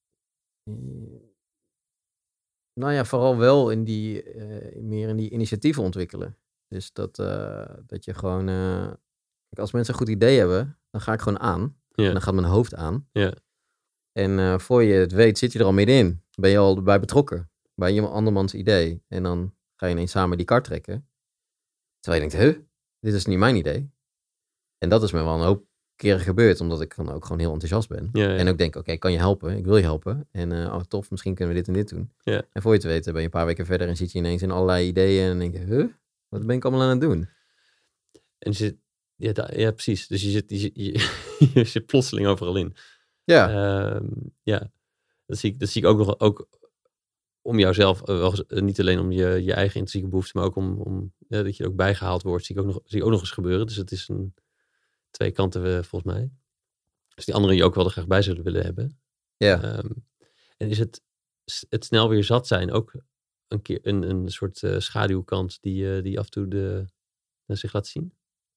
nou ja, vooral wel in die, uh, meer in die initiatieven ontwikkelen. Dus dat, uh, dat je gewoon... Uh, als mensen een goed idee hebben, dan ga ik gewoon aan. Ja. En dan gaat mijn hoofd aan. Ja. En uh, voor je het weet, zit je er al middenin. Ben je al bij betrokken. Bij iemand andermans idee. En dan ga je ineens samen die kar trekken. Terwijl je denkt, huh, dit is niet mijn idee. En dat is me wel een hoop keren gebeurd, omdat ik dan ook gewoon heel enthousiast ben. Ja, ja. En ook denk, oké, okay, kan je helpen? Ik wil je helpen. En uh, oh, tof, misschien kunnen we dit en dit doen. Ja. En voor je te weten ben je een paar weken verder en zit je ineens in allerlei ideeën en denk je, huh, wat ben ik allemaal aan het doen? En je zit, ja, da, ja precies. Dus je zit, je, je, je zit plotseling overal in. Ja. Uh, ja, dat zie ik, dat zie ik ook nog, ook om jouzelf, uh, wel, uh, niet alleen om je, je eigen intrinsieke behoeften, maar ook om, om ja, dat je er ook bijgehaald wordt, zie ik ook nog, zie ik ook nog eens gebeuren. Dus het is een twee kanten uh, volgens mij. Dus die anderen je ook wel er graag bij zullen willen hebben. Ja. Um, en is het, het snel weer zat zijn ook een keer een, een soort uh, schaduwkant die, uh, die af en toe de, uh, zich laat zien?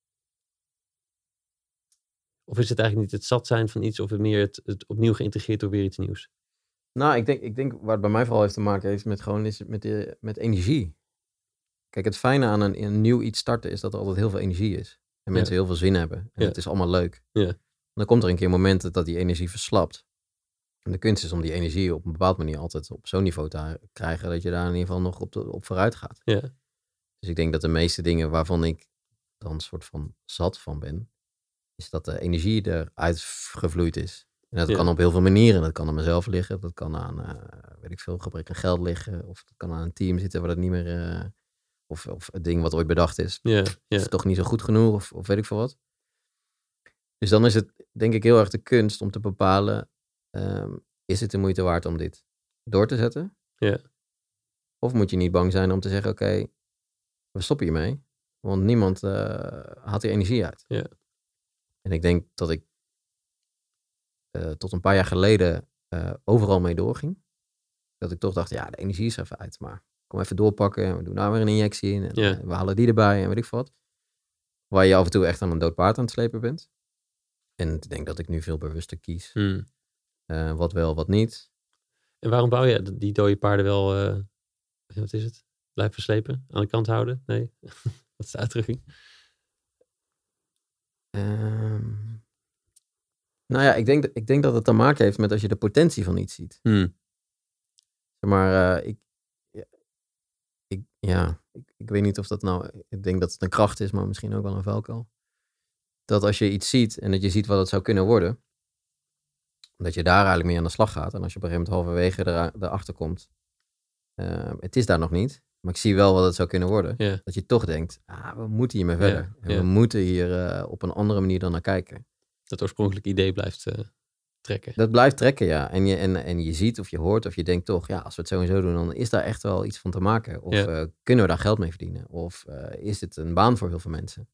Of is het eigenlijk niet het zat zijn van iets, of het meer het, het opnieuw geïntegreerd door weer iets nieuws? Nou, ik denk, ik denk waar het bij mij vooral heeft te maken heeft met gewoon is met, de, met energie. Kijk, het fijne aan een, een nieuw iets starten is dat er altijd heel veel energie is. En Ja. mensen heel veel zin hebben. En Ja. het is allemaal leuk. Ja. Dan komt er een keer momenten dat die energie verslapt. En de kunst is om die energie op een bepaalde manier altijd op zo'n niveau te krijgen dat je daar in ieder geval nog op, de, op vooruit gaat. Ja. Dus ik denk dat de meeste dingen waarvan ik dan een soort van zat van ben, is dat de energie eruit gevloeid is. En dat Ja. kan op heel veel manieren. Dat kan aan mezelf liggen. Dat kan aan, uh, weet ik veel, gebrek aan geld liggen. Of dat kan aan een team zitten waar het niet meer... Uh, of, of het ding wat ooit bedacht is. Ja, ja. Is toch niet zo goed genoeg. Of, of weet ik veel wat. Dus dan is het denk ik heel erg de kunst om te bepalen... Um, is het de moeite waard om dit door te zetten? Ja. Of moet je niet bang zijn om te zeggen... Oké, okay, we stoppen hiermee. Want niemand uh, haalt hier energie uit. Ja. En ik denk dat ik uh, tot een paar jaar geleden uh, overal mee doorging. Dat ik toch dacht, ja, de energie is er even uit. Maar kom even doorpakken en we doen nou weer een injectie in. En Ja. we halen die erbij en weet ik wat. Waar je af en toe echt aan een dood paard aan het slepen bent. En ik denk dat ik nu veel bewuster kies. Hmm. Uh, wat wel, wat niet. En waarom bouw je die dode paarden wel, uh, wat is het? Blijven verslepen? Aan de kant houden? Nee? Wat is de uitdrukking? Um, nou ja, ik denk, ik denk dat het te maken heeft met als je de potentie van iets ziet. Hmm. Maar uh, ik, ja, ik, ja ik, ik weet niet of dat nou, ik denk dat het een kracht is, maar misschien ook wel een valkuil. Dat als je iets ziet en dat je ziet wat het zou kunnen worden, dat je daar eigenlijk mee aan de slag gaat. En als je op een gegeven moment halverwege er, erachter komt, uh, het is daar nog niet, maar ik zie wel wat het zou kunnen worden. Yeah. Dat je toch denkt, ah, we moeten hiermee verder. Yeah, en yeah. we moeten hier uh, op een andere manier dan naar kijken. Dat oorspronkelijke idee blijft uh, trekken. Dat blijft trekken, ja. En je, en, en je ziet of je hoort of je denkt toch, ja, als we het zo en zo doen, dan is daar echt wel iets van te maken. Of yeah. uh, kunnen we daar geld mee verdienen? Of uh, is het een baan voor heel veel mensen?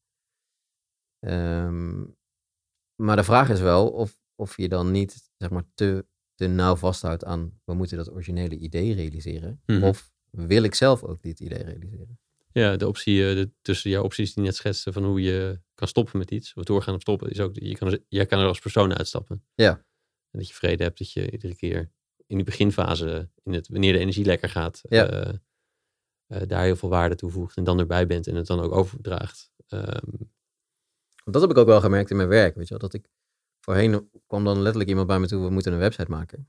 Um, maar de vraag is wel of, of je dan niet, zeg maar, te, te nauw vasthoudt aan, we moeten dat originele idee realiseren. Mm-hmm. Of wil ik zelf ook dit idee realiseren? Ja, de optie de, tussen jouw opties die net schetste van hoe je kan stoppen met iets, of doorgaan of stoppen, is ook, je kan, jij kan er als persoon uitstappen. Ja. En dat je vrede hebt dat je iedere keer in die beginfase, in het, wanneer de energie lekker gaat, ja. uh, uh, daar heel veel waarde toevoegt en dan erbij bent en het dan ook overdraagt. Um, dat heb ik ook wel gemerkt in mijn werk, weet je wel. Dat ik voorheen kwam dan letterlijk iemand bij me toe, we moeten een website maken.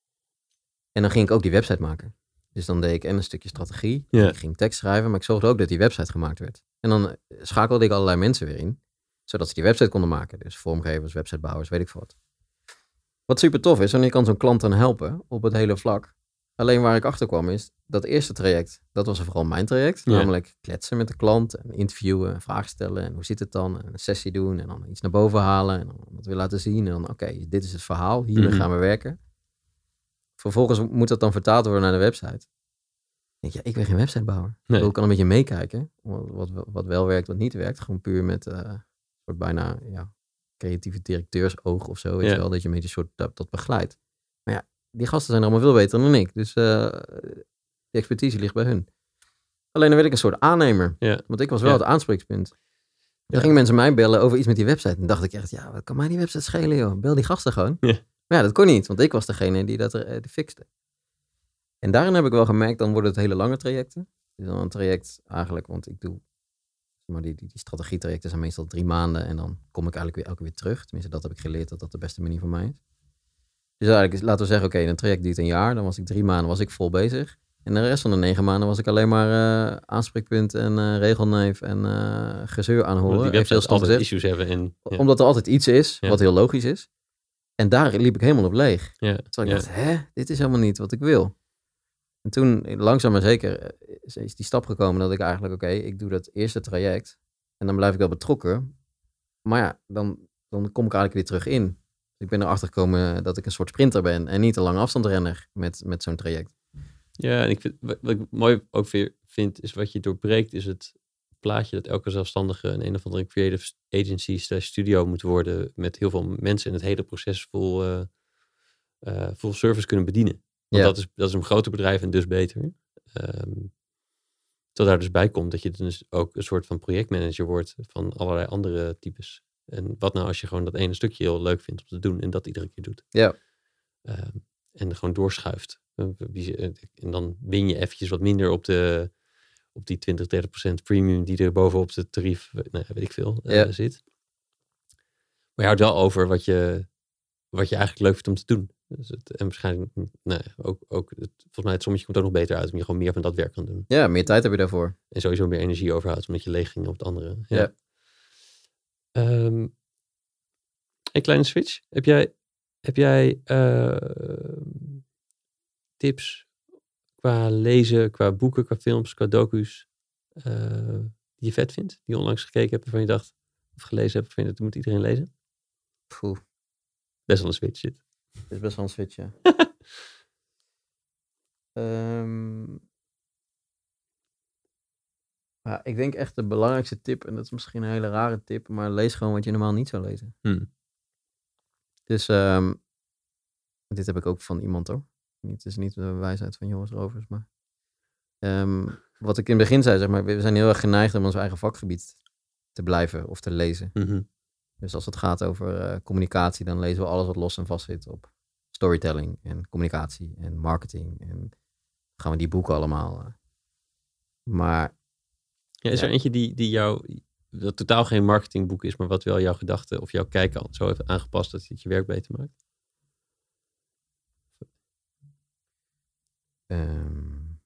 En dan ging ik ook die website maken. Dus dan deed ik en een stukje strategie. Ja. Ik ging tekst schrijven, maar ik zorgde ook dat die website gemaakt werd. En dan schakelde ik allerlei mensen weer in, zodat ze die website konden maken. Dus vormgevers, websitebouwers, weet ik veel wat. Wat super tof is, en je kan zo'n klant dan helpen op het hele vlak. Alleen waar ik achter kwam is, dat eerste traject, dat was vooral mijn traject. Ja. Namelijk kletsen met de klant, en interviewen, vragen stellen. En hoe zit het dan? En een sessie doen en dan iets naar boven halen. En dan wat weer laten zien. En dan, oké, okay, dit is het verhaal. Hiermee mm-hmm. gaan we werken. Vervolgens moet dat dan vertaald worden naar de website. Ik, ja, ik ben geen websitebouwer. Nee. Ik kan een beetje meekijken. Wat, wat, wat wel werkt, wat niet werkt. Gewoon puur met uh, soort bijna ja, creatieve directeursoog of zo. Weet ja. je wel, dat je een beetje soort dat, dat begeleidt. Maar ja, die gasten zijn allemaal veel beter dan ik. Dus uh, die expertise ligt bij hun. Alleen dan werd ik een soort aannemer. Ja. Want ik was wel ja. het aanspreekpunt. Dan ja. gingen mensen mij bellen over iets met die website. En dacht ik echt, ja, wat kan mij die website schelen, joh? Bel die gasten gewoon. Ja. Maar ja, dat kon niet, want ik was degene die dat uh, die fixte. En daarin heb ik wel gemerkt, dan worden het hele lange trajecten. Dus dan een traject eigenlijk, want ik doe, maar die, die, die strategietrajecten zijn meestal drie maanden en dan kom ik eigenlijk weer elke weer terug. Tenminste, dat heb ik geleerd dat dat de beste manier voor mij is. Dus eigenlijk, laten we zeggen, oké, okay, een traject duurt een jaar. Dan was ik drie maanden was ik vol bezig. En de rest van de negen maanden was ik alleen maar uh, aanspreekpunt en uh, regelneef en uh, gezeur aanhoren. Die websites altijd gezegd. Issues hebben. En, ja. Omdat er altijd iets is, ja. wat heel logisch is. En daar liep ik helemaal op leeg. Ja. Toen ik ja. dacht, hè, dit is helemaal niet wat ik wil. En toen, langzaam maar zeker, is die stap gekomen dat ik eigenlijk, oké, okay, ik doe dat eerste traject. En dan blijf ik wel betrokken. Maar ja, dan, dan kom ik eigenlijk weer terug in. Ik ben erachter gekomen dat ik een soort sprinter ben en niet een lange afstandrenner met, met zo'n traject. Ja, en ik vind, wat ik mooi ook weer vind, is wat je doorbreekt, is het plaatje dat elke zelfstandige een een of andere creative agency slash studio moet worden met heel veel mensen en het hele proces full, uh, uh, full service kunnen bedienen. Want ja. dat, is, dat is een groter bedrijf en dus beter. Um, tot daar dus bij komt dat je dus ook een soort van projectmanager wordt van allerlei andere types. En wat nou als je gewoon dat ene stukje heel leuk vindt om te doen en dat iedere keer doet. Ja. Um, en gewoon doorschuift. En dan win je eventjes wat minder op, de, op die twintig, dertig procent premium die er bovenop het tarief, nou, weet ik veel, ja. uh, zit. Maar je houdt wel over wat je, wat je eigenlijk leuk vindt om te doen. Dus het, en waarschijnlijk, nou, ook, ook het, volgens mij het sommetje komt ook nog beter uit, omdat je gewoon meer van dat werk kan doen. Ja, meer tijd heb je daarvoor. En sowieso meer energie overhoudt, omdat je leeg ging op het andere. Ja. ja. Um, een kleine switch. Heb jij, heb jij uh, tips qua lezen, qua boeken, qua films, qua docu's, uh, die je vet vindt, die je onlangs gekeken hebt, waarvan je dacht, of gelezen hebt, waarvan je dat moet iedereen lezen? Poeh. Best wel een switch zit. Het is best wel een switch, ja. um, ja. Ik denk echt de belangrijkste tip, en dat is misschien een hele rare tip, maar lees gewoon wat je normaal niet zou lezen. Hmm. Dus, um, dit heb ik ook van iemand hoor. Het is niet de wijsheid van Joris Rovers, maar um, wat ik in het begin zei, zeg maar, we zijn heel erg geneigd om ons eigen vakgebied te blijven of te lezen. Mm-hmm. Dus als het gaat over uh, communicatie, dan lezen we alles wat los en vast zit op storytelling en communicatie en marketing. En gaan we die boeken allemaal. Uh, maar... Ja, is ja. er eentje die, die jou, dat totaal geen marketingboek is, maar wat wel jouw gedachten of jouw kijk al zo heeft aangepast dat het je werk beter maakt? Um...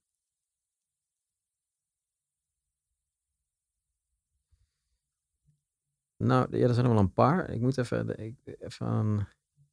Nou, ja, er zijn er wel een paar. Ik moet even, ik, even aan...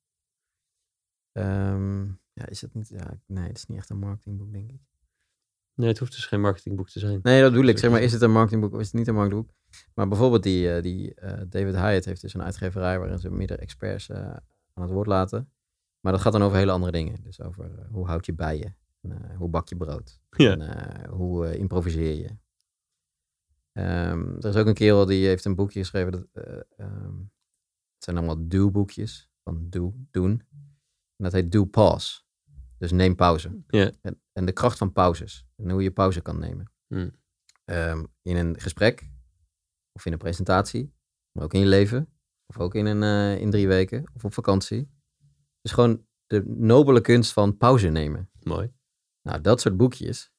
Um, ja, is het niet... Ja, nee, het is niet echt een marketingboek, denk ik. Nee, het hoeft dus geen marketingboek te zijn. Nee, dat bedoel ik. Zeg maar, is het een marketingboek of is het niet een marketingboek? Maar bijvoorbeeld die, uh, die uh, David Hyatt heeft dus een uitgeverij waarin ze meerdere experts uh, aan het woord laten. Maar dat gaat dan over hele andere dingen. Dus over uh, hoe houd je bijen? En, uh, hoe bak je brood? Ja. En, uh, hoe uh, improviseer je? Um, er is ook een kerel die heeft een boekje geschreven. Dat, uh, um, het zijn allemaal do-boekjes. Van do, doen. En dat heet Do Pause. Dus neem pauze. Ja. En, en de kracht van pauzes. En hoe je pauze kan nemen. Hmm. Um, in een gesprek. Of in een presentatie. Maar ook in je leven. Of ook in, een, uh, in drie weken. Of op vakantie. Dus gewoon de nobele kunst van pauze nemen. Mooi. Nou, dat soort boekjes.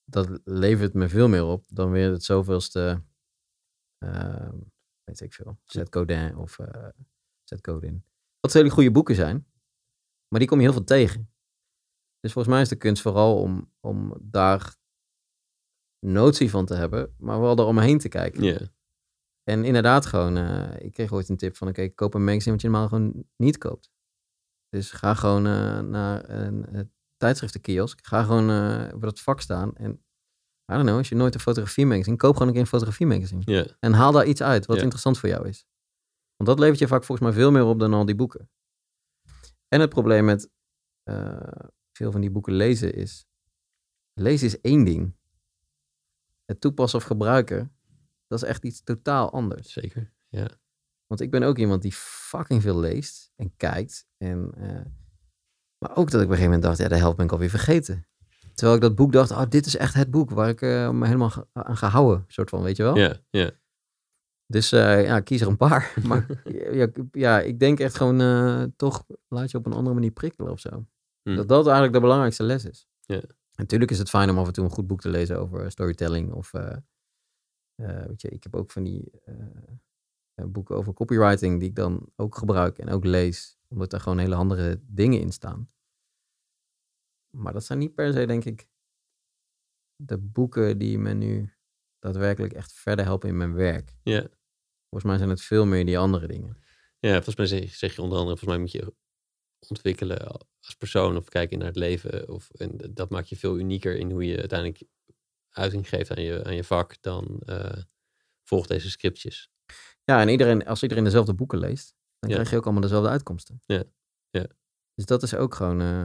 dat levert me veel meer op dan weer het zoveelste, uh, weet ik veel, Seth Godin of uh, Seth Godin. Wat hele goede boeken zijn, maar die kom je heel veel tegen. Dus volgens mij is de kunst vooral om, om daar notie van te hebben, maar wel eromheen te kijken. Yeah. En inderdaad gewoon, uh, ik kreeg ooit een tip van, oké, okay, koop een magazine wat je normaal gewoon niet koopt. Dus ga gewoon uh, naar een, een tijdschriftenkiosk, ga gewoon uh, op dat vak staan en, I don't know, als je nooit een fotografie magazine, koop gewoon een keer een fotografie magazine. Yeah. En haal daar iets uit wat yeah. interessant voor jou is. Want dat levert je vaak volgens mij veel meer op dan al die boeken. En het probleem met uh, veel van die boeken lezen is, lezen is één ding. Het toepassen of gebruiken, dat is echt iets totaal anders. Zeker, ja. Want ik ben ook iemand die fucking veel leest en kijkt. En, uh, maar ook dat ik op een gegeven moment dacht, ja, de helft ben ik alweer vergeten. Terwijl ik dat boek dacht, oh, dit is echt het boek waar ik uh, me helemaal ge- aan ga houden. Soort van, weet je wel? Ja, ja. Dus uh, ja, kies er een paar. Maar ja, ja, ik denk echt gewoon, uh, toch laat je op een andere manier prikkelen of zo. Hmm. Dat dat eigenlijk de belangrijkste les is. Ja. Natuurlijk is het fijn om af en toe een goed boek te lezen over storytelling. Of, uh, uh, weet je, ik heb ook van die uh, boeken over copywriting die ik dan ook gebruik en ook lees. Omdat er gewoon hele andere dingen in staan. Maar dat zijn niet per se, denk ik, de boeken die me nu daadwerkelijk echt verder helpen in mijn werk. Ja. Volgens mij zijn het veel meer die andere dingen. Ja, volgens mij zeg, zeg je onder andere, volgens mij moet je ontwikkelen als persoon of kijken naar het leven. Of, en dat maakt je veel unieker in hoe je uiteindelijk uiting geeft aan je, aan je vak dan uh, volg deze scriptjes. Ja, en iedereen, als iedereen dezelfde boeken leest, dan ja. krijg je ook allemaal dezelfde uitkomsten. Ja, ja. Dus dat is ook gewoon... Uh,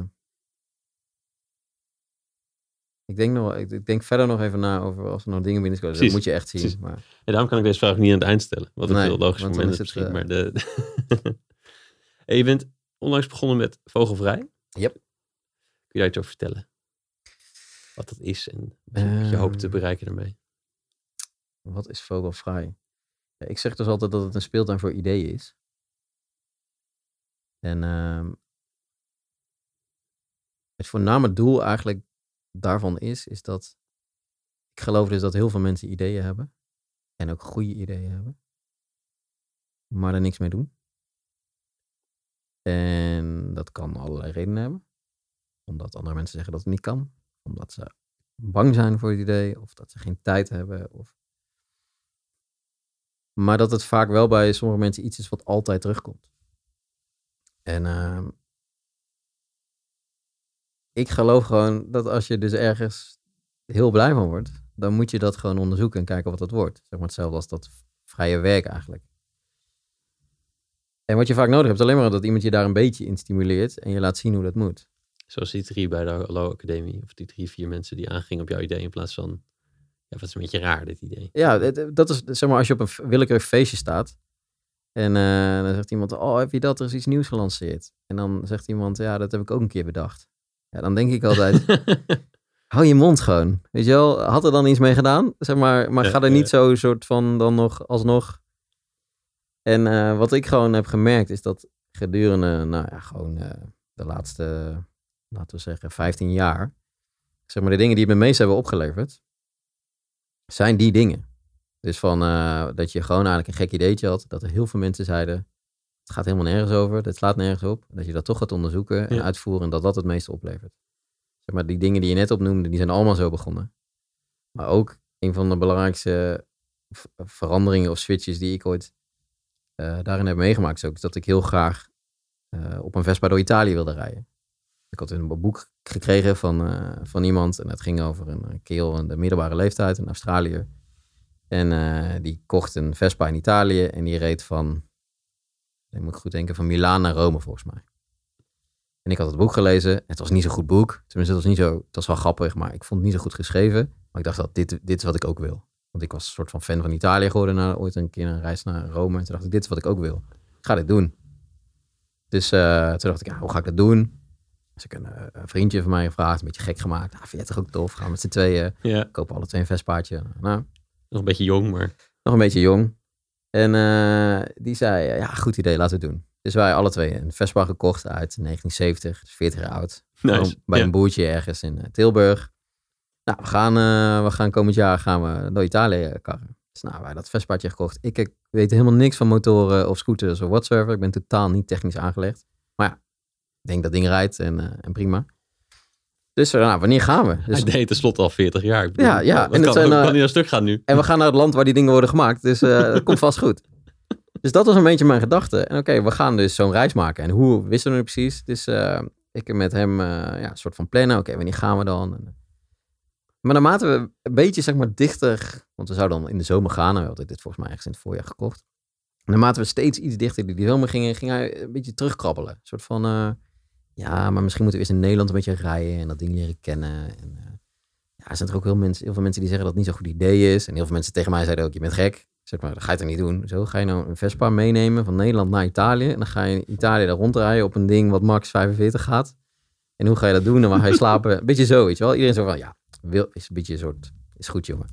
ik, denk nog, ik, ik denk verder nog even na over als er nog dingen binnenkomen. Dat moet je echt zien. Maar... Ja, daarom kan ik deze vraag niet aan het eind stellen. Wat een nee, veel logisch moment is misschien. Uh... Maar de... hey, je bent onlangs begonnen met Vogelvrij. Yep. Kun je daar iets over vertellen? Wat dat is en wat je, uh, je hoopt te bereiken daarmee? Wat is Vogelvrij? Ja, ik zeg dus altijd dat het een speeltuin voor ideeën is. En uh, het voorname doel eigenlijk daarvan is, is dat ik geloof dus dat heel veel mensen ideeën hebben. En ook goede ideeën hebben. Maar er niks mee doen. En dat kan allerlei redenen hebben. Omdat andere mensen zeggen dat het niet kan. Omdat ze bang zijn voor het idee. Of dat ze geen tijd hebben. Of... Maar dat het vaak wel bij sommige mensen iets is wat altijd terugkomt. En uh, ik geloof gewoon dat als je dus ergens heel blij van wordt, dan moet je dat gewoon onderzoeken en kijken wat dat wordt. Zeg maar hetzelfde als dat vrije werk eigenlijk. En wat je vaak nodig hebt, is alleen maar dat iemand je daar een beetje in stimuleert en je laat zien hoe dat moet. Zoals die drie bij de Hallo Academie, of die drie, vier mensen die aangingen op jouw idee in plaats van, ja, wat is een beetje raar dit idee. Ja, dat is, zeg maar, als je op een willekeurig feestje staat en uh, dan zegt iemand, oh, heb je dat, er is iets nieuws gelanceerd. En dan zegt iemand, ja, dat heb ik ook een keer bedacht. Ja, dan denk ik altijd, hou je mond gewoon. Weet je wel, had er dan iets mee gedaan? Zeg maar, maar ja, ga er niet ja. zo soort van dan nog alsnog. En uh, wat ik gewoon heb gemerkt is dat gedurende, nou ja, gewoon uh, de laatste, laten we zeggen, vijftien jaar, zeg maar, de dingen die het me meest hebben opgeleverd, zijn die dingen. Dus van uh, dat je gewoon eigenlijk een gek ideetje had, dat er heel veel mensen zeiden, het gaat helemaal nergens over, het slaat nergens op. Dat je dat toch gaat onderzoeken en ja. uitvoeren en dat dat het meeste oplevert. Zeg maar, die dingen die je net opnoemde, die zijn allemaal zo begonnen. Maar ook een van de belangrijkste v- veranderingen of switches die ik ooit uh, daarin heb meegemaakt, is ook dat ik heel graag uh, op een Vespa door Italië wilde rijden. Ik had een boek gekregen van, uh, van iemand en het ging over een kerel in de middelbare leeftijd, een Australiër. En uh, die kocht een Vespa in Italië en die reed van, ik moet goed denken, van Milaan naar Rome volgens mij. En ik had het boek gelezen. Het was niet zo'n goed boek. Tenminste, het was niet zo, het was wel grappig, maar ik vond het niet zo goed geschreven. Maar ik dacht dat dit, dit is wat ik ook wil. Want ik was een soort van fan van Italië geworden na ooit een keer een reis naar Rome. En toen dacht ik, dit is wat ik ook wil. Ik ga dit doen. Dus uh, toen dacht ik, ja, hoe ga ik dat doen? Dus ik heb een, een vriendje van mij gevraagd, een beetje gek gemaakt. Nou, vind je het toch ook tof? Gaan we met z'n tweeën. Ja. Kopen alle twee een Vespaatje. Nou, nog een beetje jong, maar... Nog een beetje jong. En uh, die zei, ja, goed idee, laten we het doen. Dus wij alle twee een Vespa gekocht uit negentien zeventig, dus veertig jaar oud. Nice. Bij ja. een boertje ergens in uh, Tilburg. Nou, we gaan, uh, we gaan komend jaar gaan we door Italië karren. Dus nou, wij dat Vespaatje gekocht. Ik, ik weet helemaal niks van motoren of scooters of whatsoever. Ik ben totaal niet technisch aangelegd. Maar ja, ik denk dat ding rijdt en, uh, en prima. Dus uh, nou, wanneer gaan we? Dus... Hij deed tenslotte al veertig jaar. Bedoel, ja, ja. En het kan, zijn, uh, kan niet aan stuk gaan nu. En we gaan naar het land waar die dingen worden gemaakt. Dus uh, dat komt vast goed. Dus dat was een beetje mijn gedachte. En oké, okay, we gaan dus zo'n reis maken. En hoe wisten we nu precies? Dus uh, ik met hem uh, ja, een soort van plannen. Oké, okay, wanneer gaan we dan? En, maar naarmate we een beetje zeg maar dichter... Want we zouden dan in de zomer gaan. En we hadden dit volgens mij ergens in het voorjaar gekocht. En naarmate we steeds iets dichter in die zomer gingen... ging hij een beetje terugkrabbelen. Een soort van... Uh, ja, maar misschien moeten we eerst in Nederland een beetje rijden... en dat ding leren kennen. En, uh, ja, er zijn er ook heel, mensen, heel veel mensen die zeggen dat het niet zo'n goed idee is. En heel veel mensen tegen mij zeiden ook... je bent gek. Zeg maar, dat ga je toch niet doen. Zo ga je nou een Vespa meenemen van Nederland naar Italië. En dan ga je in Italië daar rondrijden op een ding wat max vijfenveertig gaat. En hoe ga je dat doen? En waar ga je slapen? Een beetje zo, weet je wel. Iedereen zo van, ja, wil, is een beetje een soort, is goed jongen.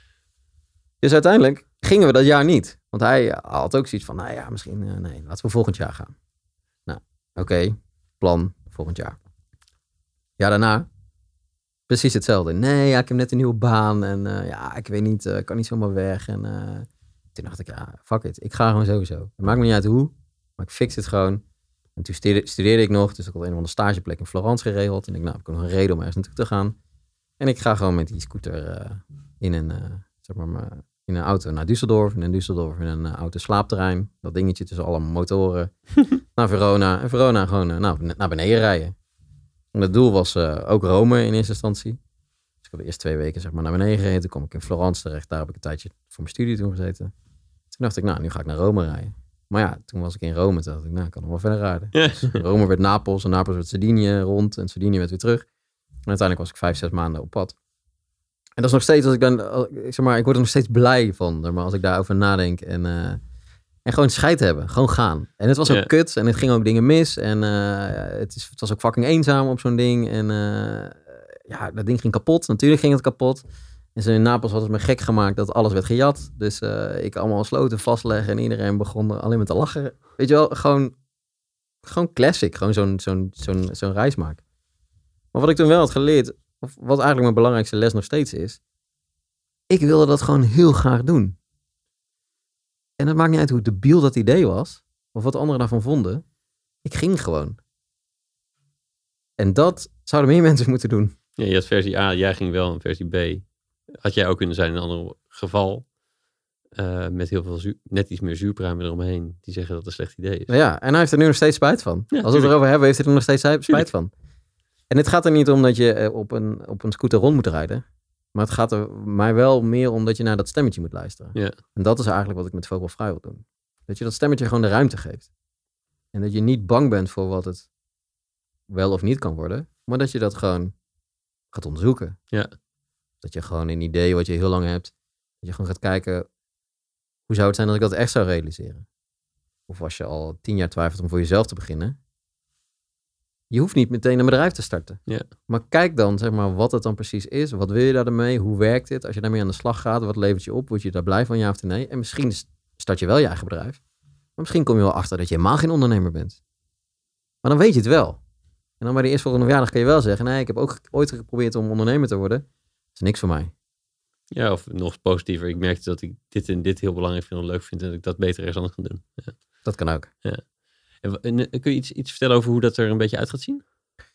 Dus uiteindelijk gingen we dat jaar niet. Want hij had ook zoiets van, nou ja, misschien, uh, nee, laten we volgend jaar gaan. Nou, oké, okay, plan volgend jaar. Ja, daarna precies hetzelfde. Nee, ja, ik heb net een nieuwe baan en uh, ja, ik weet niet, ik uh, kan niet zomaar weg. En uh, toen dacht ik, ja, fuck it, ik ga gewoon sowieso. Het maakt me niet uit hoe, maar ik fix het gewoon. En toen studeerde, studeerde ik nog, dus ik had een of andere stageplek in Florence geregeld. En ik, nou, heb ik nog een reden om ergens naartoe te gaan. En ik ga gewoon met die scooter uh, in, een, uh, zeg maar, in een auto naar Düsseldorf. En in Düsseldorf in een uh, auto slaapterrein. Dat dingetje tussen alle motoren. Naar Verona. En Verona gewoon uh, nou, naar beneden rijden. En het doel was uh, ook Rome in eerste instantie. Dus ik heb eerst twee weken zeg maar, naar beneden gereden. Toen kwam ik in Florence terecht. Daar heb ik een tijdje voor mijn studie toen gezeten. Toen dacht ik, nou, nu ga ik naar Rome rijden. Maar ja, toen was ik in Rome. Toen dacht ik, nou, ik kan nog wel verder rijden. Ja. Dus Rome werd Napels. En Napels werd Sardinië rond. En Sardinië werd weer terug. En uiteindelijk was ik vijf, zes maanden op pad. En dat is nog steeds, als ik dan, zeg maar, ik word er nog steeds blij van. Maar als ik daarover nadenk. En, uh, en gewoon scheid hebben. Gewoon gaan. En het was ook ja. kut. En het ging ook dingen mis. En uh, het, is, het was ook fucking eenzaam op zo'n ding. En uh, ja, dat ding ging kapot. Natuurlijk ging het kapot. En zo in Napels hadden ze me gek gemaakt dat alles werd gejat. Dus uh, ik allemaal sloten vastleggen. En iedereen begon alleen maar te lachen. Weet je wel, gewoon, gewoon classic. Gewoon zo'n, zo'n, zo'n, zo'n reis maken. Maar wat ik toen wel had geleerd, of wat eigenlijk mijn belangrijkste les nog steeds is, ik wilde dat gewoon heel graag doen. En het maakt niet uit hoe debiel dat idee was, of wat anderen daarvan vonden. Ik ging gewoon. En dat zouden meer mensen moeten doen. Ja, je had versie A, jij ging wel, en versie B had jij ook kunnen zijn in een ander geval. Uh, met heel veel zuur, net iets meer zuurpruimen eromheen, die zeggen dat het een slecht idee is. Ja, en hij heeft er nu nog steeds spijt van. Ja, Als we het erover hebben, heeft hij er nog steeds spijt tuurlijk. van. En het gaat er niet om dat je op een, op een scooter rond moet rijden. Maar het gaat er mij wel meer om dat je naar dat stemmetje moet luisteren. Ja. En dat is eigenlijk wat ik met Vogel Vrij wil doen. Dat je dat stemmetje gewoon de ruimte geeft. En dat je niet bang bent voor wat het wel of niet kan worden. Maar dat je dat gewoon gaat onderzoeken. Ja. Dat je gewoon een idee wat je heel lang hebt. Dat je gewoon gaat kijken. Hoe zou het zijn als ik dat echt zou realiseren? Of als je al tien jaar twijfelt om voor jezelf te beginnen. Je hoeft niet meteen een bedrijf te starten. Ja. Maar kijk dan, zeg maar, wat het dan precies is. Wat wil je daarmee? Hoe werkt dit? Als je daarmee aan de slag gaat, wat levert je op? Word je daar blij van, ja of nee? En misschien start je wel je eigen bedrijf. Maar misschien kom je wel achter dat je helemaal geen ondernemer bent. Maar dan weet je het wel. En dan bij de eerstvolgende verjaardag kan je wel zeggen, nee, ik heb ook ooit geprobeerd om ondernemer te worden. Dat is niks voor mij. Ja, of nog positiever. Ik merkte dat ik dit en dit heel belangrijk vind en leuk vind en dat ik dat beter ergens anders kan doen. Ja. Dat kan ook. Ja. En, en kun je iets, iets vertellen over hoe dat er een beetje uit gaat zien?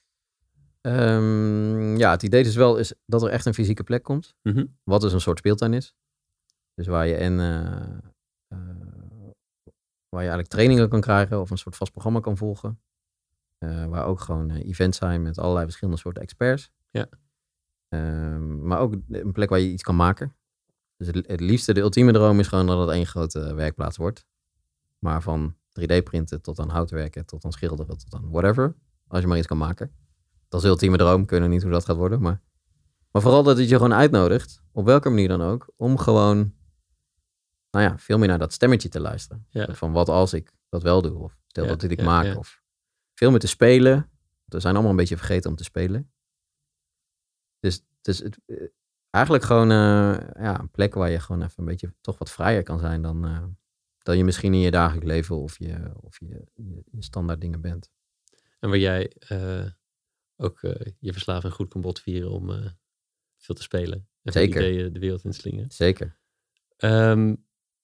Um, ja, het idee dus wel is dat er echt een fysieke plek komt. Mm-hmm. Wat dus een soort speeltuin is. Dus waar je en uh, uh, waar je eigenlijk trainingen kan krijgen of een soort vast programma kan volgen. Uh, waar ook gewoon uh, events zijn met allerlei verschillende soorten experts. Ja. Um, maar ook een plek waar je iets kan maken. Dus het, het liefste, de ultieme droom is gewoon dat het één grote werkplaats wordt. Maar van drie D-printen tot aan houtwerken, tot aan schilderen, tot aan whatever. Als je maar iets kan maken. Dat is de ultieme droom. Ik weet niet hoe dat gaat worden. Maar, maar vooral dat het je gewoon uitnodigt, op welke manier dan ook, om gewoon, nou ja, veel meer naar dat stemmetje te luisteren. Ja. Van wat als ik dat wel doe, of stel ja, dat dit ik ja, maak. Ja. Of veel meer te spelen. We zijn allemaal een beetje vergeten om te spelen. Dus, dus het, eigenlijk gewoon uh, ja, een plek waar je gewoon even een beetje toch wat vrijer kan zijn dan, uh, dan je misschien in je dagelijks leven of je, of je, je, je standaard dingen bent. En waar jij uh, ook uh, je verslaving goed kan botvieren om uh, veel te spelen. En Zeker. veel ideeën de wereld in te slingen. Zeker. Um,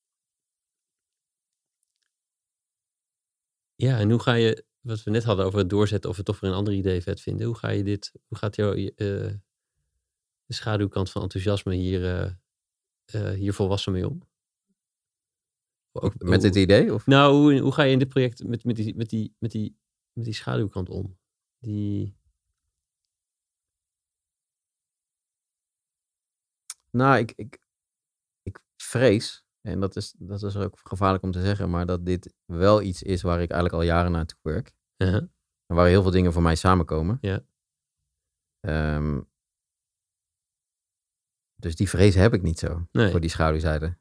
ja, en hoe ga je, wat we net hadden over het doorzetten of we toch weer een ander idee vet vinden. Hoe ga je dit, hoe gaat jouw uh, de schaduwkant van enthousiasme hier, uh, uh, hier volwassen mee om? Ook, met dit idee? Of? Nou, hoe, hoe ga je in dit project met, met, die, met, die, met, die, met die schaduwkant om? Die... Nou, ik, ik, ik vrees, en dat is, dat is ook gevaarlijk om te zeggen, maar dat dit wel iets is waar ik eigenlijk al jaren naartoe werk. Uh-huh. En waar heel veel dingen voor mij samenkomen. Ja. Um, dus die vrees heb ik niet zo, nee. voor die schaduwzijde.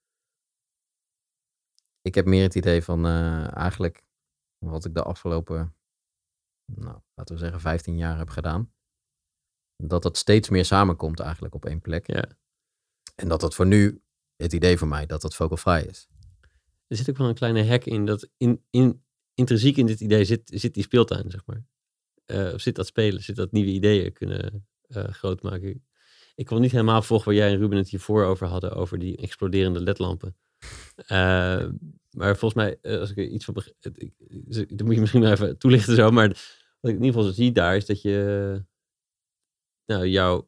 Ik heb meer het idee van uh, eigenlijk wat ik de afgelopen, nou, laten we zeggen, vijftien jaar heb gedaan. Dat dat steeds meer samenkomt eigenlijk op één plek. Ja. En dat dat voor nu, het idee voor mij, dat dat vogelvrij is. Er zit ook wel een kleine hack in, dat in, in, intrinsiek in dit idee zit, zit die speeltuin, zeg maar. Uh, of zit dat spelen, zit dat nieuwe ideeën kunnen uh, groot maken. Ik kon niet helemaal volgen waar jij en Ruben het hiervoor over hadden, over die exploderende ledlampen. Uh, maar volgens mij, uh, als ik er iets van begrijp, dan moet je misschien maar even toelichten zo, maar wat ik in ieder geval zie daar is dat je, nou, jouw,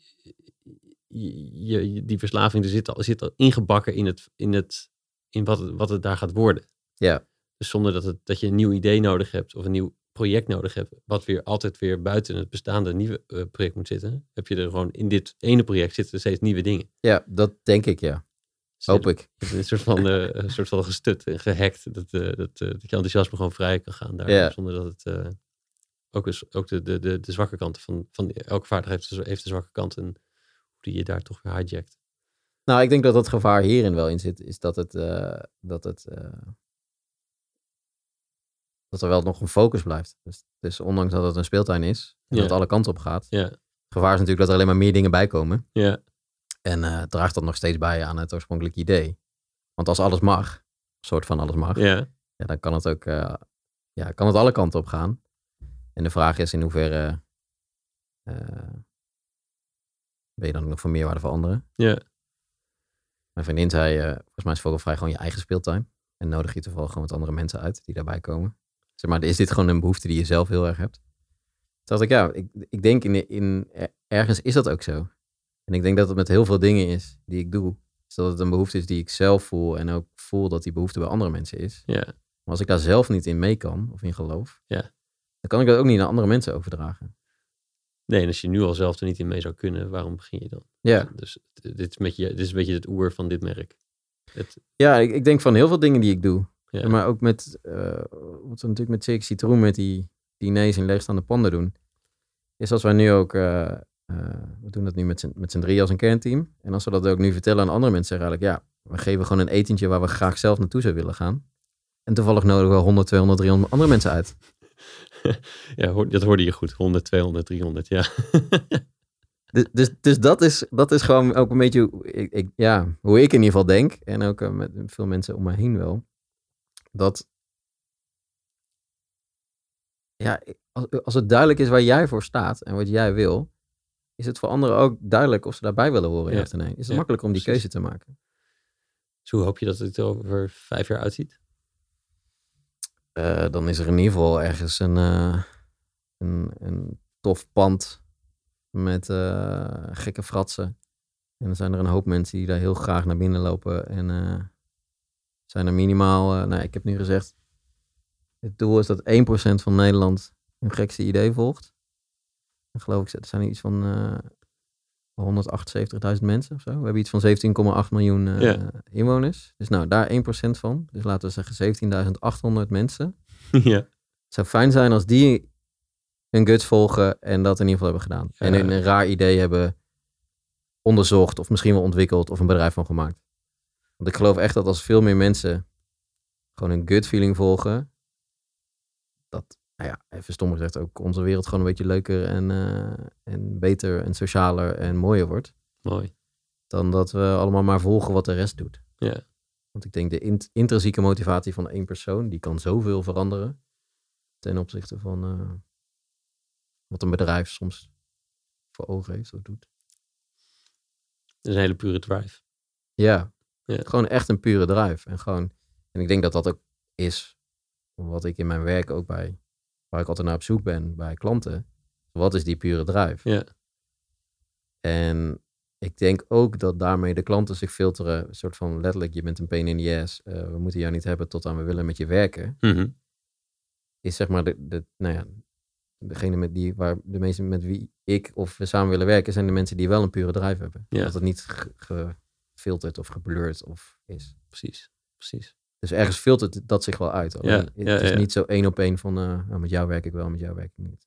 je, je, die verslaving er zit al, zit al ingebakken in, het, in, het, in wat, het, wat het daar gaat worden. Ja. Dus zonder dat, het, dat je een nieuw idee nodig hebt of een nieuw project nodig hebt, wat weer altijd weer buiten het bestaande nieuwe uh, project moet zitten, heb je er gewoon in dit ene project zitten er steeds nieuwe dingen. Ja, dat denk ik, ja. Dus hoop je, ik. Je hebt een soort van, uh, een soort van gestut en gehackt, dat, uh, dat, uh, dat je enthousiasme gewoon vrij kan gaan daar, ja. zonder dat het uh, ook, is, ook de, de, de, de zwakke kanten van, van elke vaardigheid heeft, heeft de zwakke kant en hoe die je daar toch weer hijjackt. Nou, ik denk dat het gevaar hierin wel in zit, is dat het, uh, dat het uh, dat er wel nog een focus blijft. Dus, dus ondanks dat het een speeltuin is en ja. dat alle kanten op gaat, ja. het gevaar is natuurlijk dat er alleen maar meer dingen bij komen. Ja. En uh, draagt dat nog steeds bij aan het oorspronkelijke idee. Want als alles mag, een soort van alles mag, ja. Ja, dan kan het ook, uh, ja, kan het alle kanten op gaan. En de vraag is in hoeverre uh, ben je dan ook nog van meerwaarde voor anderen? Ja. Mijn vriendin zei, uh, volgens mij is vogelvrij gewoon je eigen speeltuin. En nodig je toevallig gewoon met andere mensen uit die daarbij komen. Zeg maar, is dit gewoon een behoefte die je zelf heel erg hebt? Toen dacht ik, ja, ik, ik denk in, in, ergens is dat ook zo. En ik denk dat het met heel veel dingen is die ik doe. Dus dat het een behoefte is die ik zelf voel en ook voel dat die behoefte bij andere mensen is. Ja. Maar als ik daar zelf niet in mee kan of in geloof, ja. dan kan ik dat ook niet naar andere mensen overdragen. Nee, en als je nu al zelf er niet in mee zou kunnen, waarom begin je dan? Ja. Dus, dus dit, is met je, dit is een beetje het oer van dit merk. Het... Ja, ik, ik denk van heel veel dingen die ik doe. Ja. Maar ook met, uh, wat we natuurlijk met Cirque Citroen, met die diners in leegstaande panden doen, is als wij nu ook, uh, uh, we doen dat nu met z'n, met z'n drie als een kernteam. En als we dat ook nu vertellen aan andere mensen, zeggen eigenlijk, ja, we geven gewoon een etentje waar we graag zelf naartoe zouden willen gaan. En toevallig nodigen we honderd, tweehonderd, driehonderd andere mensen uit. Ja, dat hoorde je goed. honderd, tweehonderd, driehonderd, ja. dus, dus, dus dat is, dat is gewoon ook een beetje hoe ik, ik, ja, hoe ik in ieder geval denk. En ook uh, met veel mensen om me heen wel. Dat, ja, als, als het duidelijk is waar jij voor staat en wat jij wil, is het voor anderen ook duidelijk of ze daarbij willen horen. Ja. Nee. Is het ja, makkelijker om die precies. keuze te maken. Dus hoe hoop je dat het er over vijf jaar uitziet? Uh, dan is er in ieder geval ergens een, uh, een, een tof pand met uh, gekke fratsen. En dan zijn er een hoop mensen die daar heel graag naar binnen lopen. En uh, zijn er minimaal, uh, nou ik heb nu gezegd, het doel is dat één procent van Nederland hun gekste idee volgt. Dan geloof ik, er zijn er iets van uh, honderdachtenzeventigduizend mensen of zo. We hebben iets van zeventien komma acht miljoen uh, ja. inwoners. Dus nou, daar één procent van. Dus laten we zeggen zeventienduizend achthonderd mensen. Ja. Het zou fijn zijn als die hun guts volgen en dat in ieder geval hebben gedaan. Ja. En een, een raar idee hebben onderzocht of misschien wel ontwikkeld of een bedrijf van gemaakt. Want ik geloof echt dat als veel meer mensen gewoon een gut feeling volgen, dat, nou ja, even stom gezegd, ook onze wereld gewoon een beetje leuker en, uh, en beter en socialer en mooier wordt. Mooi. Dan dat we allemaal maar volgen wat de rest doet. Ja. Want ik denk de int- intrinsieke motivatie van één persoon, die kan zoveel veranderen ten opzichte van uh, wat een bedrijf soms voor ogen heeft of doet. Dat is een hele pure drive. Ja, Ja. gewoon echt een pure drive. En, gewoon, en ik denk dat dat ook is wat ik in mijn werk ook bij, waar ik altijd naar op zoek ben bij klanten. Wat is die pure drive? Ja. En ik denk ook dat daarmee de klanten zich filteren. Een soort van letterlijk, je bent een pain in the ass. Uh, we moeten jou niet hebben tot aan we willen met je werken. Mm-hmm. Is zeg maar de, de, nou ja, degene met die, waar de mensen met wie ik of we samen willen werken, zijn de mensen die wel een pure drive hebben. Ja. Dat het niet gefilterd of geblurred of is. Precies, precies. Dus ergens filtert dat zich wel uit. Alleen, Ja, het ja, is ja. niet zo één op één van, uh, nou, met jou werk ik wel, met jou werk ik niet.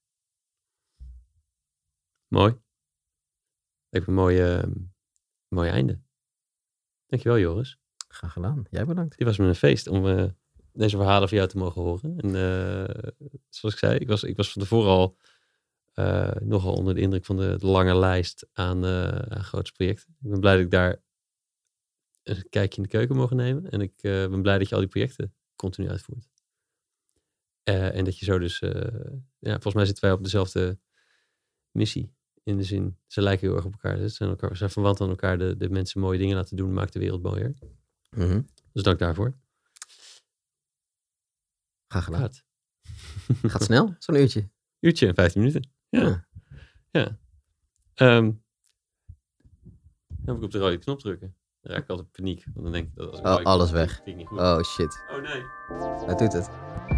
Mooi. Lijkt me een mooi, uh, mooi einde. Dankjewel, Joris. Graag gedaan. Jij bedankt. Dit was me een feest om uh, deze verhalen van jou te mogen horen. En uh, zoals ik zei, ik was, ik was van tevoren al uh, nogal onder de indruk van de, de lange lijst aan, uh, aan grootste projecten. Ik ben blij dat ik daar een kijkje in de keuken mogen nemen. En ik uh, ben blij dat je al die projecten continu uitvoert. Uh, en dat je zo dus... Uh, ja, volgens mij zitten wij op dezelfde missie. In de zin, ze lijken heel erg op elkaar. Ze zijn, elkaar, ze zijn verwant aan elkaar. De, de mensen mooie dingen laten doen, maakt de wereld mooier. Mm-hmm. Dus dank daarvoor. Graag gedaan. Gaat, Gaat snel, zo'n uurtje. Uurtje en vijftien minuten. Ja. Ja. ja. Um, dan moet ik op de rode knop drukken. Dan raak ik altijd paniek. Want dan denk ik dat als ik oh, alles knop, weg. ik niet goed. Oh shit. Oh nee. Hij doet het.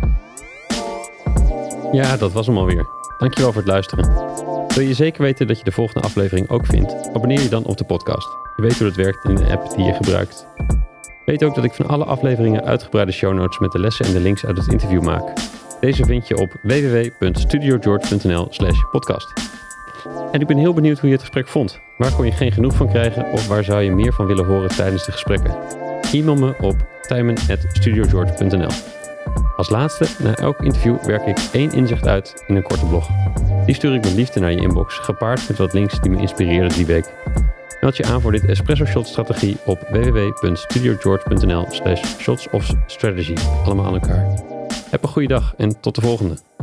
Ja, dat was hem alweer. Dankjewel voor het luisteren. Wil je zeker weten dat je de volgende aflevering ook vindt? Abonneer je dan op de podcast. Je weet hoe dat werkt in de app die je gebruikt. Weet ook dat ik van alle afleveringen uitgebreide show notes met de lessen en de links uit het interview maak. Deze vind je op w w w punt studio george punt n l slash podcast. En ik ben heel benieuwd hoe je het gesprek vond. Waar kon je geen genoeg van krijgen of waar zou je meer van willen horen tijdens de gesprekken? E-mail me op tijmen at studio george punt n l. Als laatste, na elk interview werk ik één inzicht uit in een korte blog. Die stuur ik met liefde naar je inbox, gepaard met wat links die me inspireerden die week. Meld je aan voor dit Espresso Shot strategie op w w w punt studio george punt n l slash shots of strategy. Allemaal aan elkaar. Heb een goede dag en tot de volgende.